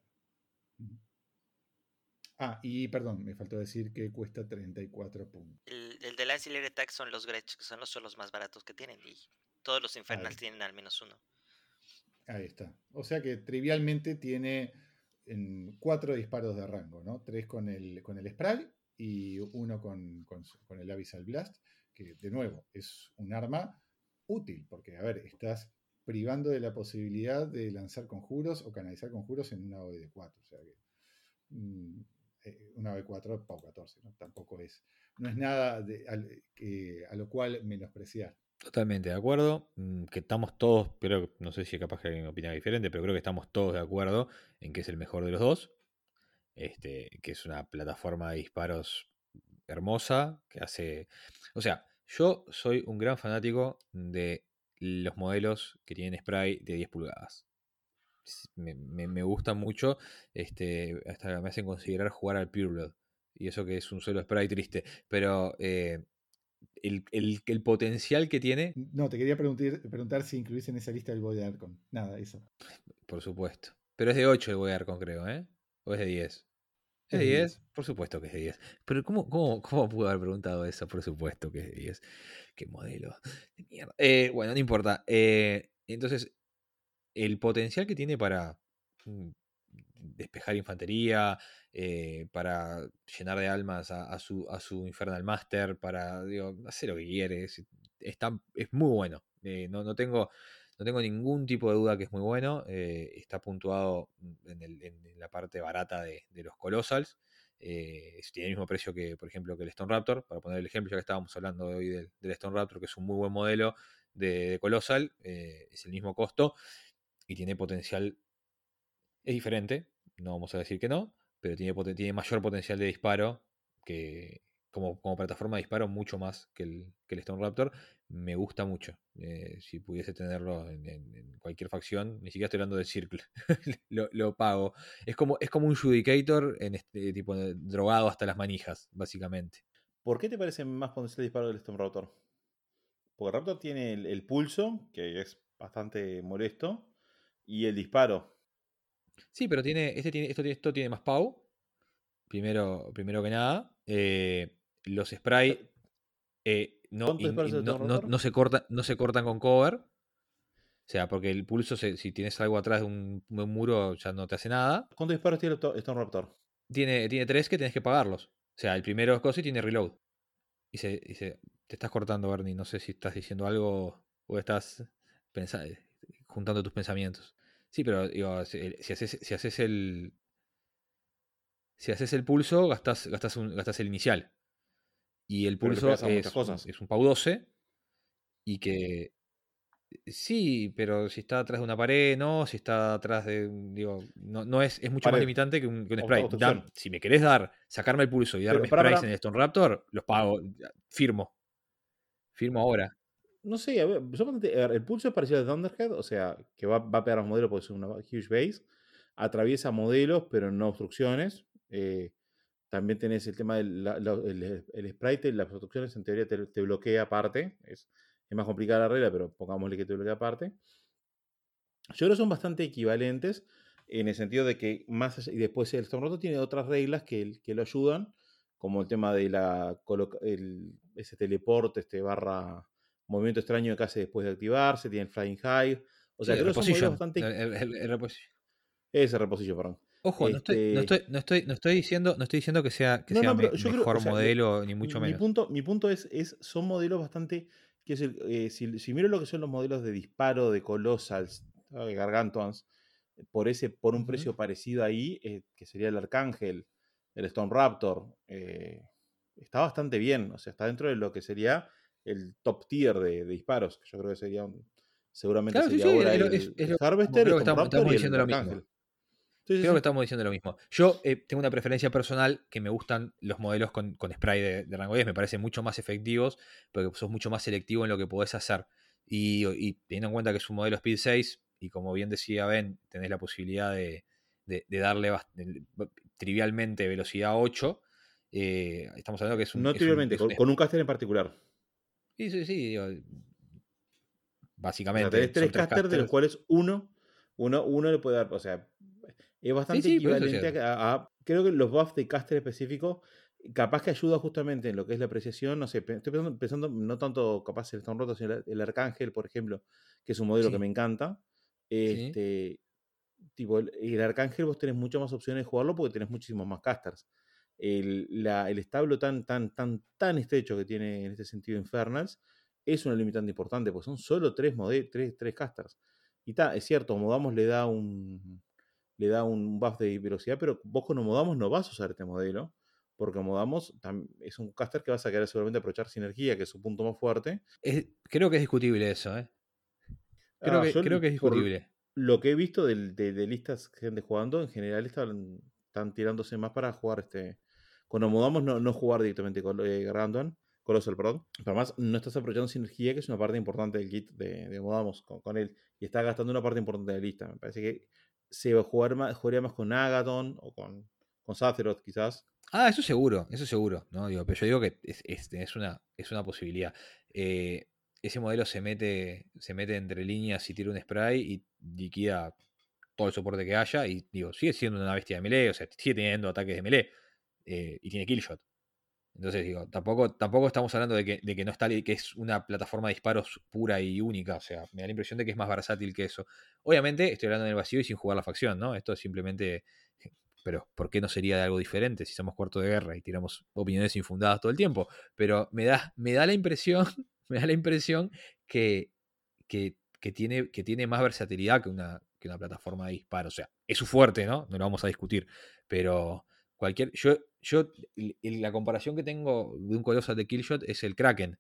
Ah, y perdón, me faltó decir que cuesta treinta y cuatro puntos. El, el del Ancillary Attack son los Gretsch, que son los, son los más baratos que tienen, y todos los Infernals Ahí, tienen al menos uno. ahí está. O sea que trivialmente tiene en cuatro disparos de rango, ¿no? Tres con el, con el spray y uno con, con, con el Abyssal Blast, que de nuevo es un arma útil, porque, a ver, estás privando de la posibilidad de lanzar conjuros o canalizar conjuros en una O D cuatro. O sea que mm, eh, una O D cuatro P A U catorce, ¿no? Tampoco es, no es nada de, a, que, a lo cual menospreciar. Totalmente de acuerdo, que estamos todos, pero no sé si capaz que alguien opina diferente, pero creo que estamos todos de acuerdo en que es el mejor de los dos, este, que es una plataforma de disparos hermosa, que hace, o sea, yo soy un gran fanático de los modelos que tienen spray de diez pulgadas. Me, me, me gusta mucho, este, hasta me hacen considerar jugar al Pureblood, y eso que es un solo spray triste, pero... Eh, El, el, el, potencial que tiene. No, te quería preguntar, preguntar si incluís en esa lista el Boy de Arcon. Nada, eso. Por supuesto. Pero es de ocho el Boy de Arcon, creo, ¿eh? ¿O es de diez? ¿Es de diez? Por supuesto que es de diez. Pero ¿cómo, cómo, cómo pudo haber preguntado eso? Por supuesto que es de diez. Qué modelo de mierda. Eh, bueno, no importa. Eh, entonces, el potencial que tiene para despejar infantería, eh, para llenar de almas a, a, su, a su Infernal Master, para, digo, hacer lo que quiere. Es, está, es muy bueno. Eh, no, no, tengo, no tengo ningún tipo de duda que es muy bueno. Eh, está puntuado en, el, en, la parte barata de, de los Colossals. Eh, tiene el mismo precio que, por ejemplo, que el Stone Raptor. Para poner el ejemplo, ya que estábamos hablando hoy del, del Stone Raptor, que es un muy buen modelo de, de Colossal, eh, es el mismo costo y tiene potencial. Es diferente, no vamos a decir que no, pero tiene, tiene mayor potencial de disparo que, como, como plataforma de disparo mucho más que el, que el Stone Raptor. Me gusta mucho. Eh, si pudiese tenerlo en, en- en cualquier facción, ni siquiera estoy hablando de Circle, lo, lo pago. Es como, es como un Judicator en este tipo de, drogado hasta las manijas, básicamente. ¿Por qué te parece más potencial el disparo del Stone Raptor? Porque Raptor tiene el, el pulso, que es bastante molesto, y el disparo. Sí, pero tiene, este tiene, esto, tiene- esto tiene más P A U, primero, primero que nada. Eh, los spray eh, no, ¿Cuántos y- disparos y el no, Stone no, Raptor? no se corta, no se cortan con cover. O sea, porque el pulso, se- si tienes algo atrás de un, de un muro, ya no te hace nada. ¿Cuántos disparos tiene el to- Stone Raptor? Tiene, tiene tres que tenés que pagarlos. O sea, el primero es cosa y tiene reload. Y se, y se- te estás cortando, Bernie. No sé si estás diciendo algo o estás pensa- juntando tus pensamientos. Sí, pero digo, si, si haces, si haces el. Si haces el pulso, gastas, gastas, un, gastas el inicial. Y el Pero le pulso pegas a muchas es un, cosas. es un P A U doce. Y que sí, pero si está atrás de una pared, no, si está atrás de, un- digo, no, no es, es mucho más Pared. limitante que un, que un Obst- spray. Obstrucción. Dam- si me querés dar, sacarme el pulso y Pero darme para, sprays en para. el Stone Raptor, los pago, firmo, firmo ahora. No sé, a ver, suponete, a ver, el pulso es parecido al Thunderhead, o sea, que va, va a pegar a los modelos porque es una huge base. Atraviesa modelos, pero no obstrucciones. Eh, también tenés el tema del la- la- el, el sprite, las obstrucciones en teoría te, te bloquea aparte. Es, es más complicada la regla, pero pongámosle que te bloquea aparte. Yo creo que son bastante equivalentes en el sentido de que más allá- y después el Storm Roto tiene otras reglas que, que lo ayudan, como el tema de la coloca- el- ese teleporte, este barra movimiento extraño que hace después de activarse, tiene el Flying High. O Sí, sea, el creo que son modelos reposition. El, bastante. el- el- el reposition. Ese reposillo, perdón. Ojo, no estoy, no Este. estoy, no estoy, no estoy diciendo, no estoy diciendo que sea, que No, sea no, me- pero yo creo, o mejor sea, lo- modelo, ni mucho mi menos. punto, mi punto es, es, son modelos bastante, que es el, eh, si, si miro lo que son los modelos de disparo de Colossals, ¿no? De Gargantuans, por ese, por un Ujú. precio parecido ahí, eh, que sería el Arcángel, el Stone Raptor, eh, está bastante bien, o sea, está dentro de lo que sería el top tier de, de disparos, que yo creo que sería, un- seguramente Claro, sí, sería sí, ahora es lo, es- el, es el lo que estamos- Harvester, el creo que Stone estamos, Raptor estamos y el diciendo lo mismo. Arcángel. Sí, sí, Creo que sí. estamos diciendo lo mismo. Yo eh, tengo una preferencia personal que me gustan los modelos con, con spray de, de rango diez. Me parecen mucho más efectivos porque sos mucho más selectivo en lo que podés hacer. Y, y teniendo en cuenta que es un modelo Speed seis y como bien decía Ben, tenés la posibilidad de, de- de darle bast- de- trivialmente velocidad ocho. eh, estamos hablando que es un, No es un, trivialmente, es un con, con un caster en particular. sí, sí, sí, digo, O sea, básicamente tenés son tres tres casters de los casters. cuales uno, uno, uno le puede dar, o sea, es Sí, bastante sí, por eso, o equivalente sea, a, a- creo que los buffs de caster específico, capaz que ayuda justamente en lo que es la apreciación, no sé, pe- estoy pensando, pensando no tanto capaz el Stone Roto, sino el, el Arcángel, por ejemplo, que es un modelo que sí, me encanta. sí. Este, tipo, el, el Arcángel vos tenés muchas más opciones de jugarlo porque tenés muchísimos más casters. El, la- el establo tan, tan, tan, tan estrecho que tiene en este sentido Infernals es una limitante importante, porque son solo tres, mode- tres, tres casters. Y ta, es cierto, Modamos le da un le da un buff de velocidad, pero vos con Modamos no vas a usar este modelo, porque Modamos tam- es un caster que vas a querer seguramente aprovechar sinergia, que es su punto más fuerte. Es- creo que es discutible eso, ¿eh? Creo Ah, que, yo, creo que es por discutible. lo que he visto del- de, de listas de gente jugando, en general están, están tirándose más para jugar este. Cuando mudamos, no, no jugar directamente con eh, Gargantuan, Colossal, perdón. Pero además, no estás aprovechando sinergia, que es una parte importante del kit de, de Modamos con, con él. Y está gastando una parte importante de la lista. Me parece que se va a jugar más, jugaría más con Agaton o con, con Sathiroth, quizás. Ah, eso seguro, eso seguro, ¿no? Digo, pero yo digo que es, es- es una, es una posibilidad. Eh, ese modelo se mete, se mete entre líneas y tira un spray y liquida todo el soporte que haya. Y digo, sigue siendo una bestia de melee, o sea, sigue teniendo ataques de melee eh, y tiene killshot. Entonces, digo, tampoco, tampoco estamos hablando de que, de que no está, que es una plataforma de disparos pura y única. O sea, me da la impresión de que es más versátil que eso. Obviamente, estoy hablando en el vacío y sin jugar la facción, ¿no? Esto es simplemente. Pero, ¿por qué no sería de algo diferente si somos cuarto de guerra y tiramos opiniones infundadas todo el tiempo? Pero me da, me da la impresión, me da la impresión que, que, que tiene, que tiene más versatilidad que una, que una plataforma de disparo. O sea, es su fuerte, ¿no? No lo vamos a discutir. Pero cualquier. Yo, yo la comparación que tengo de un Colossal de Killshot es el Kraken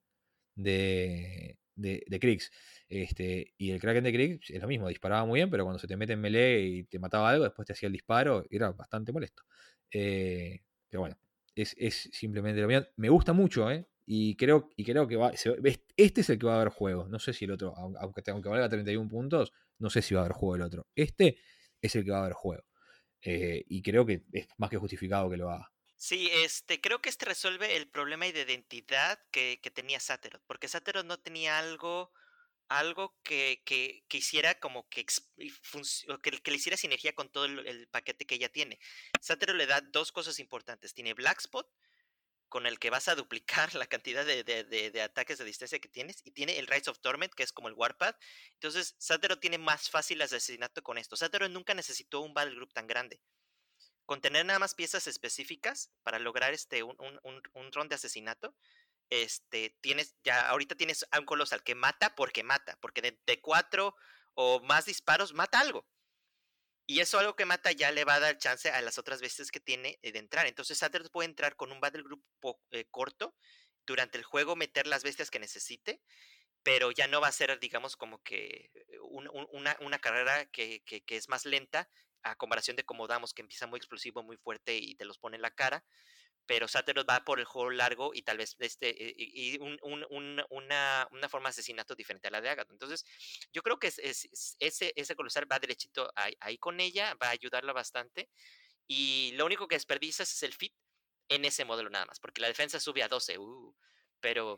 de, de, de Kriegs. Este, y el Kraken de Kriegs es lo mismo, disparaba muy bien, pero cuando se te mete en melee y te mataba algo, después te hacía el disparo, era bastante molesto. Eh, pero bueno, es, es simplemente lo mío. Me gusta mucho, ¿eh? Y creo, y creo que va, se, este es el que va a haber juego. No sé si el otro, aunque, aunque valga treinta y uno puntos, no sé si va a haber juego el otro. Este es el que va a haber juego. Eh, y creo que es más que justificado que lo haga. Sí, este, creo que este resuelve el problema de identidad que, que tenía Sateroth, porque Sateroth no tenía algo, algo que, que, que hiciera como que, que, que le hiciera sinergia con todo el, el paquete que ella tiene. Sateroth le da dos cosas importantes. Tiene Blackspot, con el que vas a duplicar la cantidad de, de, de, de ataques de distancia que tienes, y tiene el Rise of Torment, que es como el Warpath. Entonces, Sateroth tiene más fácil asesinato con esto. Sateroth nunca necesitó un Battle Group tan grande. Con tener nada más piezas específicas para lograr este un, un, un, un ron de asesinato, este, tienes, ya ahorita tienes a un colosal que mata porque mata, porque de, de cuatro o más disparos mata algo. Y eso algo que mata ya le va a dar chance a las otras bestias que tiene de entrar. Entonces Sateroth puede entrar con un battle group eh, corto, durante el juego meter las bestias que necesite, pero ya no va a ser, digamos, como que un, un, una, una carrera que, que, que es más lenta, a comparación de como damos, que empieza muy explosivo, muy fuerte y te los pone en la cara. Pero Sateroth va por el juego largo y tal vez este y, y un, un, un, una, una forma de asesinato diferente a la de Agathon. Entonces, yo creo que es, es, es, ese, ese colosal va derechito ahí, ahí con ella, va a ayudarla bastante. Y lo único que desperdicias es el fit en ese modelo nada más, porque la defensa sube a doce. Uh, pero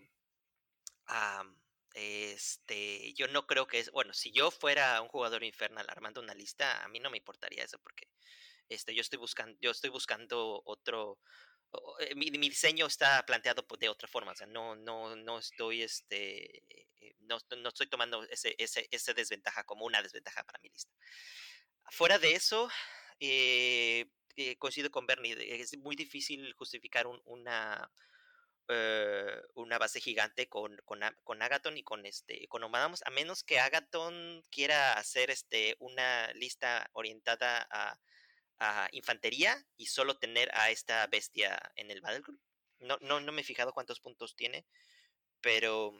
um, este, yo no creo que es. Bueno, si yo fuera un jugador infernal armando una lista, a mí no me importaría eso, porque este, yo estoy buscando, yo estoy buscando otro. Mi, mi, diseño está planteado de otra forma, o sea, no, no, no estoy, este, no, no estoy tomando ese, ese, ese desventaja como una desventaja para mi lista. Fuera de eso, eh, eh, coincido con Bernie, es muy difícil justificar un, una, uh, una base gigante con, con, con Agathon y con este con Nomadamos, a menos que Agathon quiera hacer este una lista orientada a a infantería y solo tener a esta bestia en el Battle Group. No, no, no me he fijado cuántos puntos tiene, pero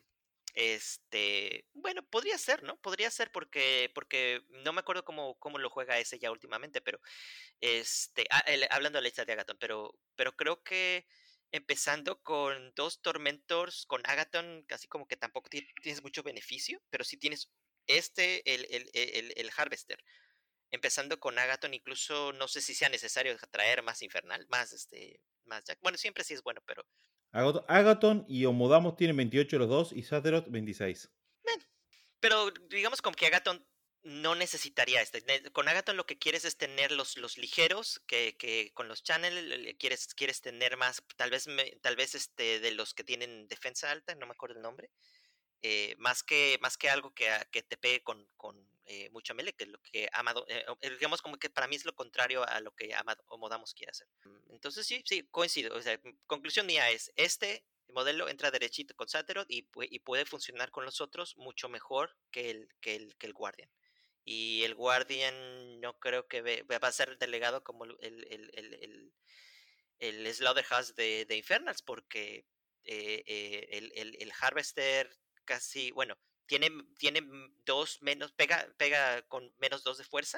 este, bueno, podría ser, ¿no? Podría ser porque, porque no me acuerdo cómo, cómo lo juega ese ya últimamente, pero este, ah, el, hablando de la lista de Agathon, pero, pero creo que empezando con dos Tormentors, con Agathon, casi como que tampoco tienes mucho beneficio, pero sí tienes este, el, el, el, el Harvester. Empezando con Agathon, incluso no sé si sea necesario traer más Infernal, más este, más Jack. Bueno, siempre sí es bueno, pero. Agathon y Omodamos tienen veintiocho los dos y Sateroth veintiséis. Bueno, pero digamos como que Agathon no necesitaría este. Con Agathon lo que quieres es tener los, los ligeros, que, que con los channel quieres, quieres tener más, tal vez, tal vez este, de los que tienen defensa alta, no me acuerdo el nombre. Eh, más que más que algo que, que te pegue con, con eh, mucha melee, que es lo que Amado, eh, digamos como que para mí es lo contrario a lo que Amado o Modamos quiere hacer. Entonces sí, sí, coincido. O sea, conclusión mía es, este modelo entra derechito con Sateroth y, y puede funcionar con los otros mucho mejor que el, que el, que el Guardian. Y el Guardian no creo que ve, va a ser delegado como el, el, el, el, el Slaughterhouse de, de Infernals, porque eh, eh, el, el, el Harvester casi, bueno, tiene, tiene dos menos, pega, pega con menos dos de fuerza,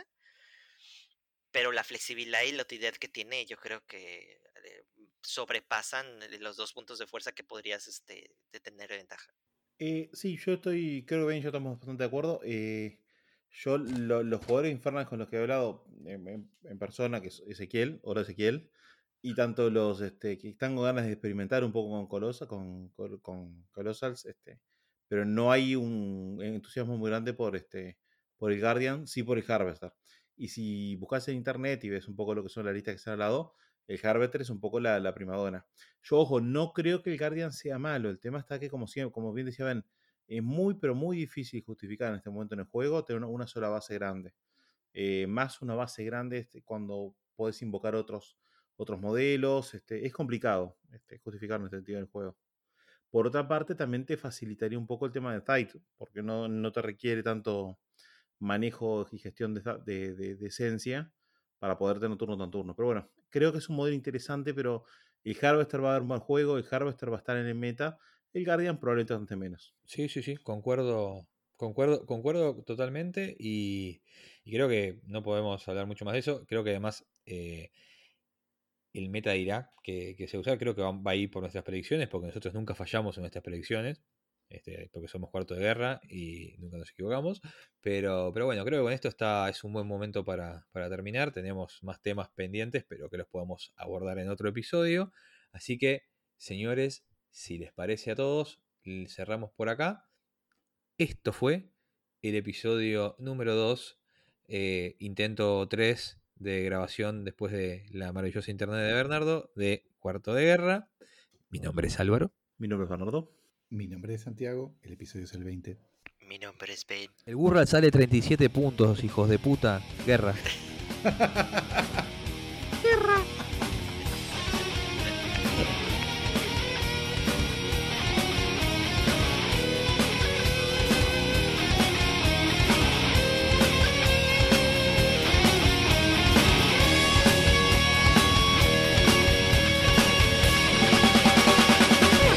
pero la flexibilidad y la utilidad que tiene, yo creo que eh, sobrepasan los dos puntos de fuerza que podrías este, de tener de ventaja. Eh, sí, yo estoy, creo que Ben y yo estamos bastante de acuerdo. Eh, yo, lo, los jugadores infernales con los que he hablado en, en, en persona, que es Ezequiel, ahora Ezequiel, y tanto los este, que están con ganas de experimentar un poco con Colosa, con, con, con Colossals, este, pero no hay un entusiasmo muy grande por este por el Guardian, sí por el Harvester. Y si buscas en internet y ves un poco lo que son las listas que se han hablado, el Harvester es un poco la, la primadona. Yo, ojo, no creo que el Guardian sea malo. El tema está que, como, siempre, como bien decía Ben, es muy, pero muy difícil justificar en este momento en el juego tener una, una sola base grande. Eh, más una base grande este, cuando podés invocar otros, otros modelos. Este, es complicado este, justificar en este sentido del juego. Por otra parte, también te facilitaría un poco el tema de Tide, porque no, no te requiere tanto manejo y gestión de, de, de, de esencia para poder tener turno tan turno. Pero bueno, creo que es un modelo interesante, pero el Harvester va a dar un buen juego, el Harvester va a estar en el meta, el Guardian probablemente bastante menos. Sí, sí, sí, concuerdo, concuerdo, concuerdo totalmente y, y creo que no podemos hablar mucho más de eso. Creo que además eh, el meta dirá que, que se usa. Creo que va, va a ir por nuestras predicciones, porque nosotros nunca fallamos en nuestras predicciones. Este, porque somos cuarto de guerra y nunca nos equivocamos. Pero, pero bueno, creo que con esto está, es un buen momento para, para terminar. Tenemos más temas pendientes, pero que los podemos abordar en otro episodio. Así que, señores, si les parece a todos, cerramos por acá. Esto fue el episodio número dos, eh, intento tres de grabación después de la maravillosa internet de Bernardo, de Cuarto de Guerra. Mi nombre es Álvaro. Mi nombre es Bernardo. Mi nombre es Santiago, el episodio es el veinte. Mi nombre es Ben. El Burral sale treinta y siete puntos, hijos de puta. Guerra.